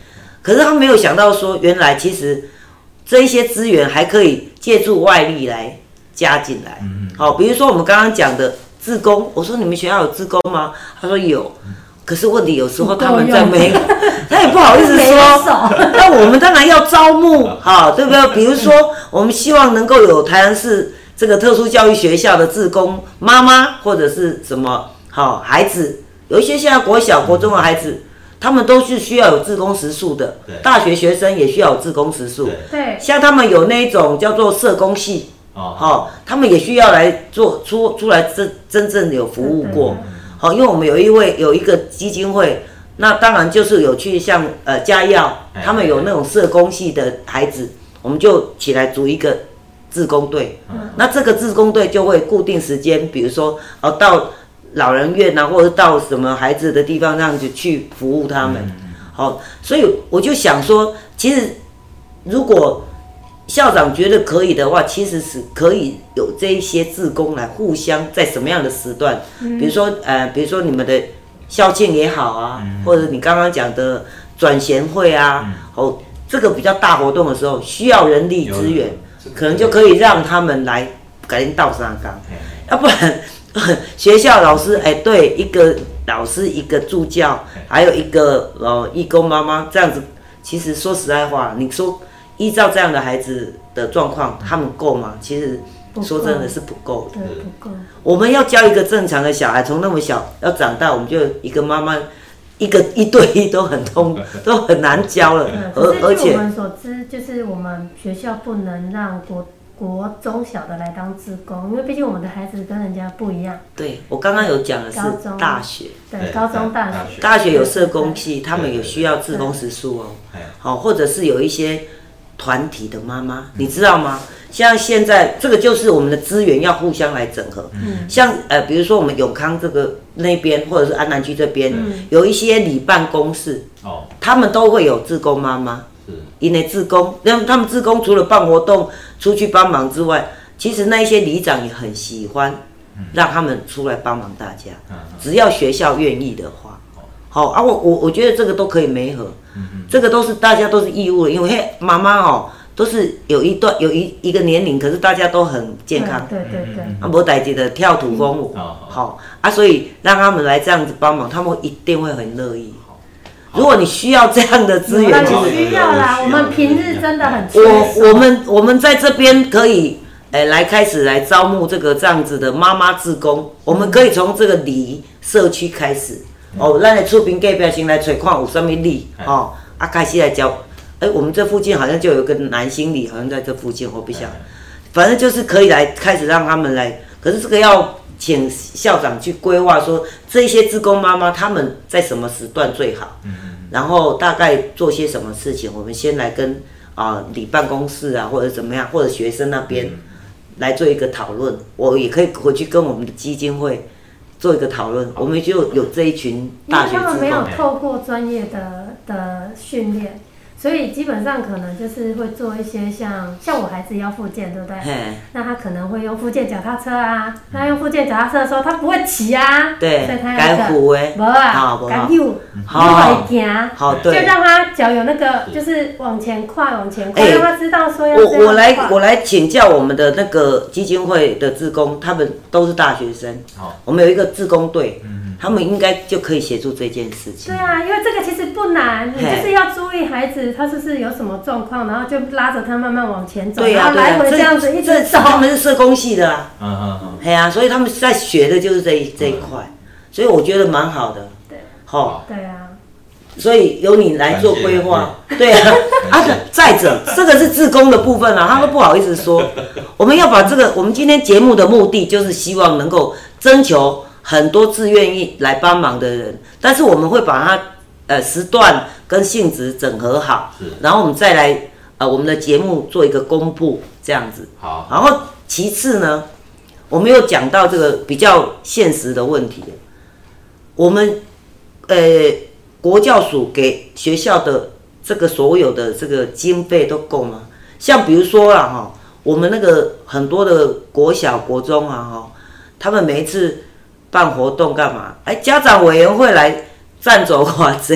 S1: 可是他没有想到说，原来其实这一些资源还可以借助外力来加进来。好，比如说我们刚刚讲的志工，我说你们学校有志工吗？他说有。可是问题有时候他们在没，他也不好意思说。那我们当然要招募，好，对不对？比如说，我们希望能够有台南市这个特殊教育学校的志工妈妈，或者是什么好孩子，有一些现在国小、国中的孩子，他们都是需要有志工时数的。大学学生也需要有志工时数。
S3: 对，
S1: 像他们有那一种叫做社工系，他们也需要来做出来真正有服务过。好，因为我们有一个基金会，那当然就是有去像嘉耀，他们有那种社工系的孩子，我们就起来组一个志工队。那这个志工队就会固定时间，比如说到老人院啊，或者到什么孩子的地方，这样子去服务他们。好，所以我就想说，其实如果校长觉得可以的话，其实是可以有这一些志工来互相在什么样的时段，比如说你们的校庆也好啊，或者你刚刚讲的转衔会啊，这个比较大活动的时候需要人力资源，可能就可以让他们来改天倒三缸，要不然学校老师对，一个老师一个助教，还有一个义工妈妈这样子，其实说实在话，你说。依照这样的孩子的状况，他们够吗？其实说真的是不够的。
S3: 对，不够。
S1: 我们要教一个正常的小孩，从那么小要长大，我们就一个妈妈一对一都很都很难教了。
S3: 而且我们所知，就是我们学校不能让国中小的来当志工，因为毕竟我们的孩子跟人家不一样。
S1: 对，我刚刚有讲的是大学，
S3: 对，高中、
S1: 大学有社工系，他们也需要志工时数哦。好，或者是有一些。团体的妈妈，你知道吗？像现在这个就是我们的资源要互相来整合。像比如说我们永康这个那边，或者是安南区这边，有一些里办公室，他们都会有志工妈妈。因为志工，他们志工除了办活动出去帮忙之外，其实那一些里长也很喜欢让他们出来帮忙大家，只要学校愿意的话。好啊，我觉得这个都可以媒合。这个大家都是义务的，因为妈妈都是有一个年龄，可是大家都很健康，
S3: 对，
S1: 没代志的跳土风舞，好啊，所以让他们来这样子帮忙，他们一定会很乐意。如果你需要这样的资源，
S3: 需要啦，我们平日真的很缺。
S1: 我们在这边可以来开始来招募这样子的妈妈志工，我们可以从这个里社区开始。咱的厝边隔壁先来找看有什么里，开始来教。我们这附近好像就有个南兴里，好像在这附近，我不晓得。反正就是可以来开始让他们来，可是这个要请校长去规划，说这些志工妈妈他们在什么时段最好，然后大概做些什么事情，我们先来跟里办公室啊，或者怎么样，或者学生那边来做一个讨论。我也可以回去跟我们的基金会。做一个讨论，我们就有这一群大学志工。
S3: 他们没有透过专业的训练，所以基本上可能就是会做一些像我孩子要复健，对不对？那他可能会用复健脚踏车啊，他用复健脚踏车的时候，他不会骑啊，
S1: 对，
S3: 所以他
S1: 该扶的，
S3: 没啊，该扭，又会行，就让他脚有那个就是往前跨，让他知道说要这样
S1: 我来请教我们的那个基金会的志工，他们都是大学生，我们有一个志工队。他们应该就可以协助这件事情。
S3: 对啊，因为这个其实不难，你就是要注意孩子他是不是有什么状况，然后就拉着他慢慢往前走，然后来回这样子一直走。
S1: 他们是社工系的啊，对啊，所以他们在学的就是这一块，所以我觉得蛮好的。
S3: 对，
S1: 对
S3: 啊。
S1: 所以由你来做规划，对啊。再者，这个是志工的部分啊，他们不好意思说。我们要把这个，我们今天节目的目的就是希望能够征求很多自愿意来帮忙的人，但是我们会把它时段跟性质整合好，然后我们再来我们的节目做一个公布，这样子。
S2: 好。
S1: 然后其次呢，我们有讲到这个比较现实的问题，我们国教署给学校的这个所有的这个经费都够吗？像比如说啦我们那个很多的国小国中啊他们每一次办活动干嘛？家长委员会来占走偌济，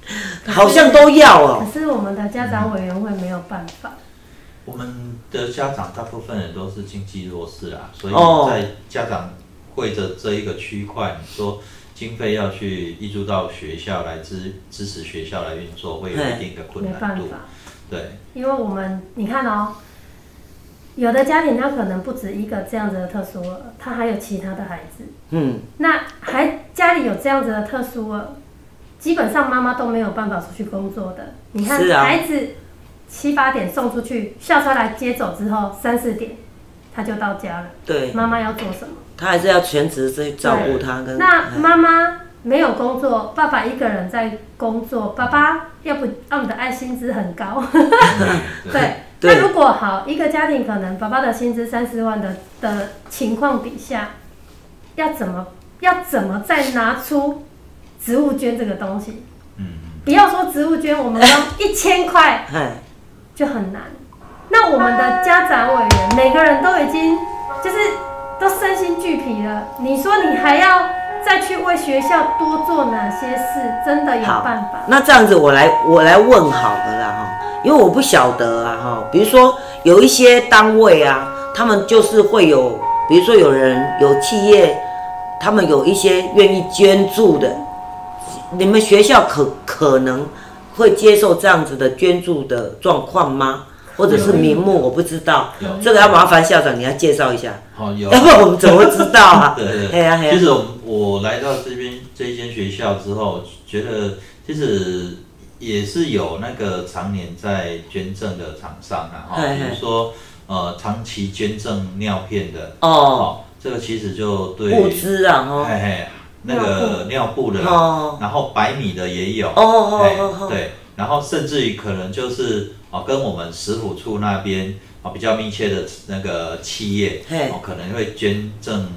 S1: 好像都要哦。
S3: 可是我们的家长委员会没有办法。
S2: 我们的家长大部分人都是经济弱势啦，所以在家长会的这一个区块，你说经费要去挹注到学校来支持学校来运作，会有一定的困难度。
S3: 没办法。
S2: 对，
S3: 因为你看哦，有的家庭他可能不止一个这样子的特殊儿，他还有其他的孩子。那家里有这样子的特殊儿，基本上妈妈都没有办法出去工作的。你看孩子7、8点送出去，校车来接走之后3、4点他就到家了。
S1: 对，
S3: 妈妈要做什么？
S1: 他还是要全职去照顾他。
S3: 那妈妈没有工作，爸爸一个人在工作，爸爸要不我们的爱薪资很高。对。那如果好一个家庭，可能爸爸的薪资3、4万的情况底下，要怎么再拿出植物捐这个东西？不要说植物捐，我们光1000块就很难。那我们的家长委员每个人都已经都身心俱疲了，你说你还要再去为学校多做哪些事？真的有办法？
S1: 那这样子我来问好了啦哈，因为我不晓得啊哈，比如说有一些单位啊，他们就是会有，比如说有企业，他们有一些愿意捐助的，你们学校可能会接受这样子的捐助的状况吗？或者是名目我不知道，这个要麻烦校长你要介绍一下。
S2: 有，
S1: 要不然我们怎么知道啊？
S2: 对。其实我来到这一间学校之后，觉得其实也是有那个常年在捐赠的厂商啊，比如说长期捐赠尿片的这个其实就对
S1: 物资啊，
S2: 那个尿布的，然后100米的也有，对，然后甚至于可能就是跟我们食辅处那边比较密切的那个企业，可能会捐赠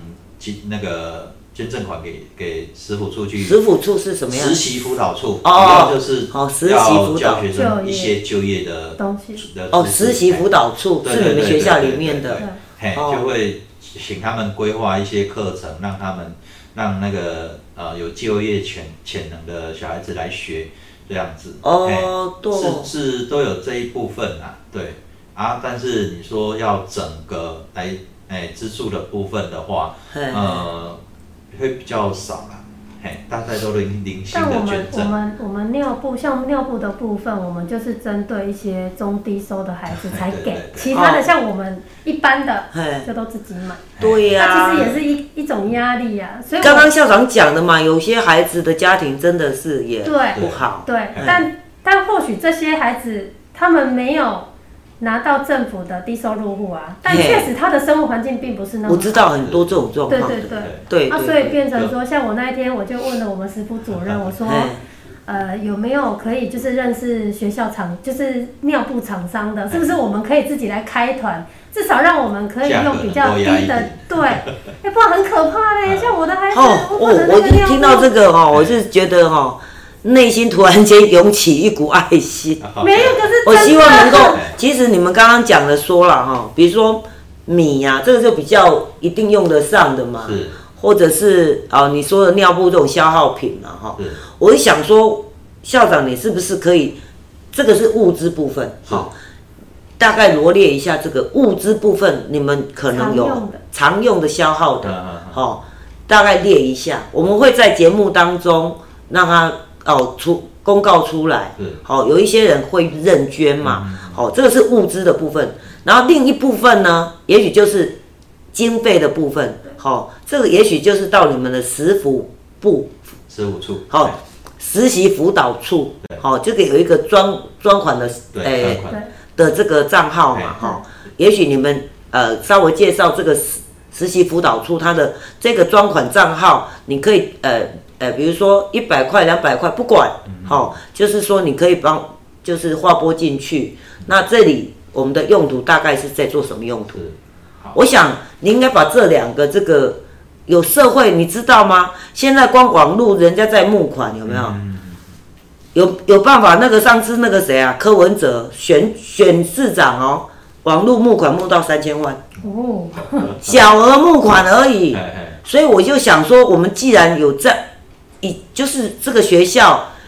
S2: 款给食辅处去。
S1: 食辅处是什么样？
S2: 实习辅导处，主要就是
S1: 要
S2: 教学生一些就业的
S3: 东西。
S1: 实习辅导处是你们学校里面的，
S2: 就会请他们规划一些课程，让那个有就业潜能的小孩子来学。这样子对，是都有这一部分啊，对啊，但是你说要整个来资助的部分的话，会比较少啦，大概都零星的捐赠。
S3: 但我们像尿布的部分，我们就是针对一些中低收的孩子才给，其他的像我们一般的就都自己买。
S1: 对呀，
S3: 那其实也是一种压力呀。所以
S1: 刚刚校长讲的嘛，有些孩子的家庭真的是也不好。
S3: 对，但或许这些孩子他们没有拿到政府的低收入户啊，但确实他的生活环境并不是那么好。
S1: 我知道很多这种状况。对。
S3: 所以变成说，像我那一天我就问了我们食辅主任，我说，有没有可以就是认识学校就是尿布厂商的，是不是我们可以自己来开团，至少让我们可以用比较低的，对，不然很可怕嘞。像我的孩子，我
S1: 就听到这个我是觉得内心突然间涌起一股爱心。
S3: 没有，可是
S1: 我希望能够，其实你们刚刚讲的说了比如说米啊，这个就比较一定用得上的嘛，或者是你说的尿布这种消耗品嘛我想说，校长你是不是可以，这个是物资部分，大概罗列一下这个物资部分，你们可能有常用的消耗的，大概列一下，我们会在节目当中让他公告出来，有一些人会认捐嘛，这个是物资的部分，然后另一部分呢，也许就是经费的部分，这个也许就是到你们的食辅处，实习辅导处，这个有一个专款的的这个账号嘛，也许你们稍微介绍这个实习辅导处它的这个专款账号，你可以比如说100块、200块，不管，就是说你可以就是划拨进去。那这里我们的用途大概是在做什么用途？我想你应该把这两个这个有社会，你知道吗？现在光网络人家在募款，有没有？有办法？那个上次那个谁啊，柯文哲选市长网络募款募到3000万，小额募款而已。所以我就想说，我们既然有就是这个学校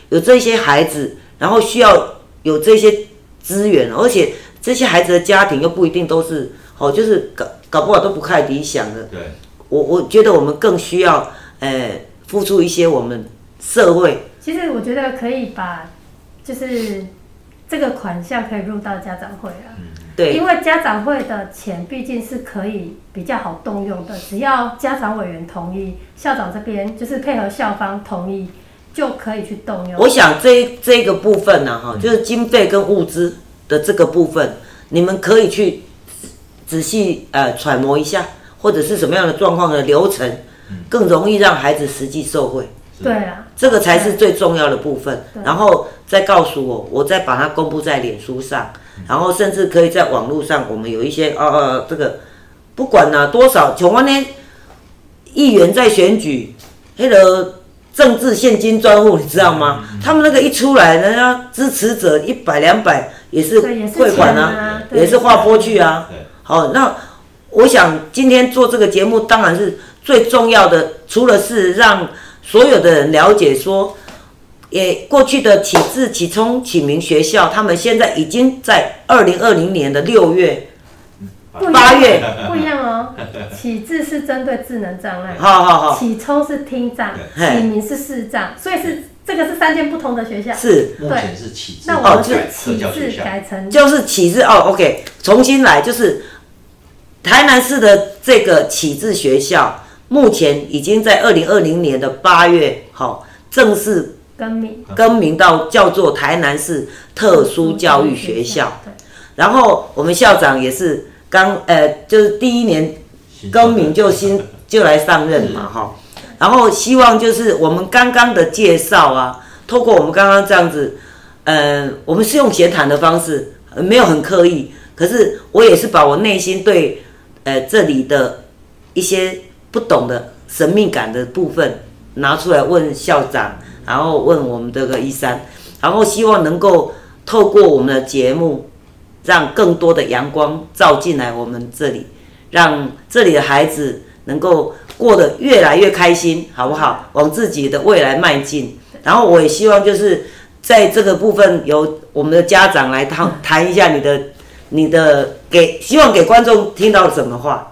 S1: 有这些孩子，然后需要有这些资源，而且这些孩子的家庭又不一定都是就是搞不好都不太理想的。
S2: 对，
S1: 我觉得我们更需要付出一些我们社会。
S3: 其实我觉得可以把就是这个款项可以入到家长会了。
S1: 对，
S3: 因为家长会的钱毕竟是可以比较好动用的，只要家长委员同意，校长这边就是配合校方同意，就可以去动用。
S1: 我想这个部分呢，就是经费跟物资的这个部分，你们可以去仔细揣摩一下，或者是什么样的状况的流程，更容易让孩子实际受惠。
S3: 对啊，
S1: 这个才是最重要的部分。然后再告诉我再把它公布在脸书上，然后甚至可以在网络上，我们有一些这个不管多少，像我呢议员在选举，那个政治现金专户，你知道吗？他们那个一出来，人家支持者100、200也是汇款啊，也是划拨去啊。好，那我想今天做这个节目，当然是最重要的，除了是让所有的人了解说，过去的启智、启聪、启明学校，他们现在已经在2020年的6月、8月
S3: 不一样哦。启智是针对智能障碍，启聪是听障，启明是视障，所以这个是3间不同的学校。
S2: 是，目前是启智，
S3: 那我们是启智改成
S1: 就是启智OK， 重新来，就是台南市的这个启智学校。目前已经在2020年的8月，正式更名到叫做台南市特殊教育学校。然后我们校长也是就是第1年更名就来上任嘛，然后希望就是我们刚刚的介绍啊，透过我们刚刚这样子，我们是用闲谈的方式，没有很刻意，可是我也是把我内心对这里的一些不懂的神秘感的部分拿出来问校长，然后问我们这个13，然后希望能够透过我们的节目，让更多的阳光照进来我们这里，让这里的孩子能够过得越来越开心，好不好？往自己的未来迈进。然后我也希望就是在这个部分由我们的家长来谈一下你的希望给观众听到什么话。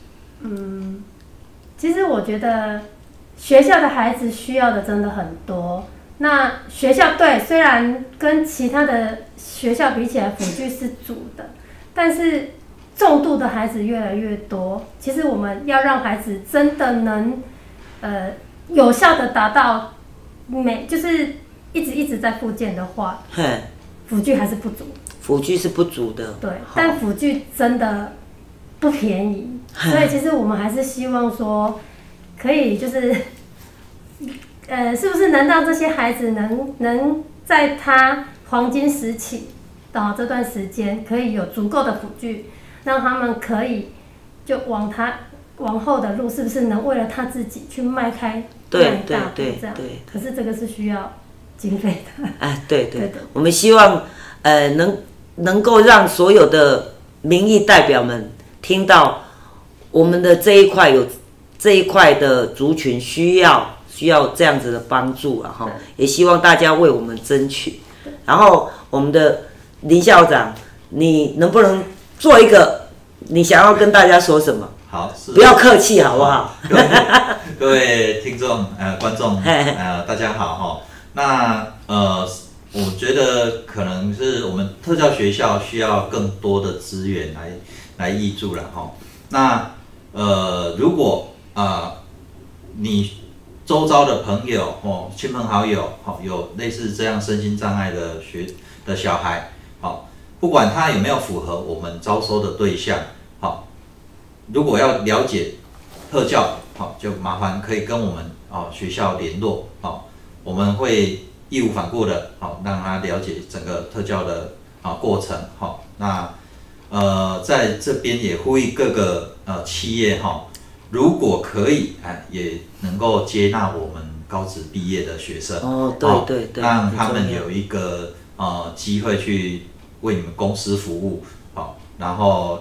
S3: 其实我觉得学校的孩子需要的真的很多。那学校虽然跟其他的学校比起来，辅具是主的，但是重度的孩子越来越多。其实我们要让孩子真的能有效的达到就是一直在复健的话，辅具还是不足。
S1: 辅具是不足的。
S3: 对，但辅具真的不便宜，所以其实我们还是希望说，可以就是，是不是能让这些孩子能在他黄金时期的这段时间，可以有足够的辅具，让他们可以就往后的路，是不是能为了他自己去迈开那一大步这样？可是这个是需要经费的。
S1: 对，我们希望能够让所有的民意代表们听到我们的这一块的族群需要这样子的帮助了哈，也希望大家为我们争取。然后我们的林校长，你能不能做一个你想要跟大家说什么？
S2: 好，
S1: 不要客气好不好？
S2: 各位听众观众大家好哈。那我觉得可能是我们特教学校需要更多的资源来挹注了哈。那如果你周遭的朋友亲朋好友有类似这样身心障碍的小孩，不管他有没有符合我们招收的对象，如果要了解特教，就麻烦可以跟我们学校联络，我们会义无反顾的让他了解整个特教的过程。那在这边也呼吁各个企业如果可以也能够接纳我们高职毕业的学生
S1: 对，
S2: 让他们有一个机会去为你们公司服务，然后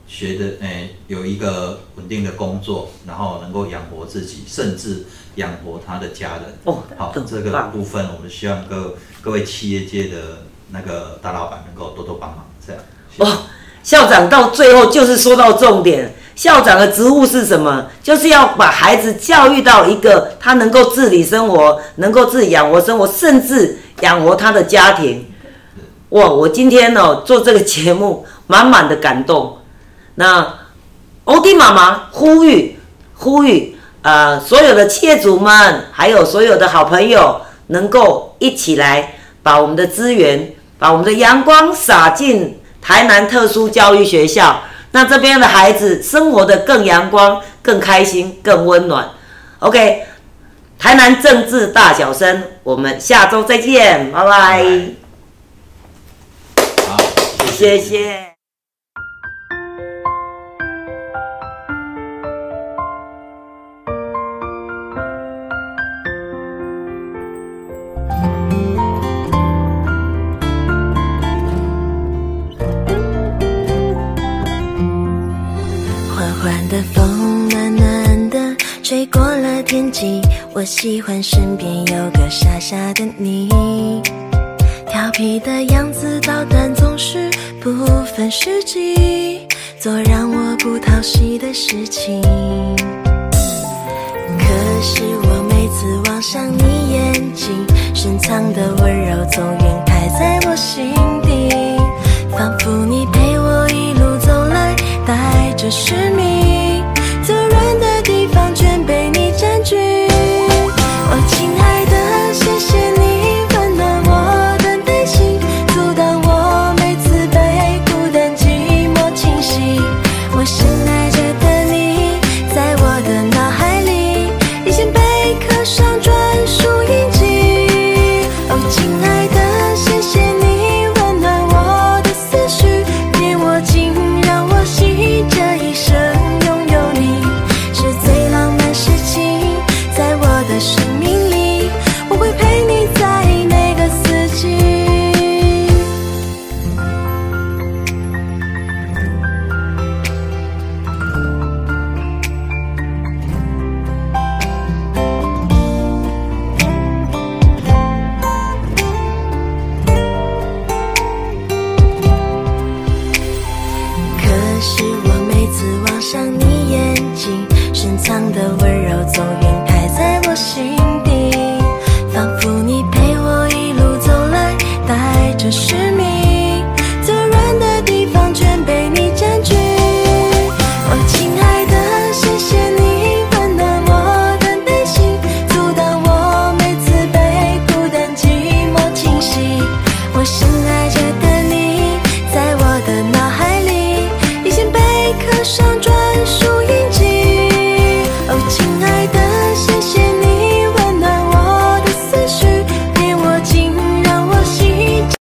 S2: 有一个稳定的工作，然后能够养活自己，甚至养活他的家人。好，这个部分我们希望各位企业界的那个大老板能够多多帮忙，这样。
S1: 校长到最后就是说到重点，校长的职务是什么？就是要把孩子教育到一个他能够自理生活，能够自己养活生活，甚至养活他的家庭。我今天做这个节目，满满的感动。那欧弟妈妈呼吁，所有的企业主们，还有所有的好朋友，能够一起来把我们的资源，把我们的阳光洒进台南特殊教育学校，那这边的孩子生活的更阳光、更开心、更温暖。OK， 台南政治大小声，我们下周再见，拜拜。
S2: 好，
S1: 谢谢。
S4: 的风暖暖的吹过了天际，我喜欢身边有个傻傻的你，调皮的样子捣蛋总是不分时机，做让我不讨喜的事情。可是我每次望向你眼睛，深藏的温柔总晕开在我心底，仿佛你陪我一路走来，带着使命，最软的地方全被你占据。亲爱的，谢谢你温暖我的内心，阻挡我每次被孤单寂寞侵袭。我深爱着的你，在我的脑海里已经被刻上专属印记。亲爱的，谢谢你温暖我的思绪，变我竟让我喜这一生拥有你，是最浪漫事情，在我的生命里，我会陪你在每个四季。可是我每次望向你眼睛，深藏的温柔总晕开在我心底，仿佛你陪我一路走来，带着使命，最软的地方全被你占据。亲爱的，谢谢你温暖我的内心，阻挡我每次被孤单寂寞侵袭。我深爱着的你，在我的脑海里已经被刻上专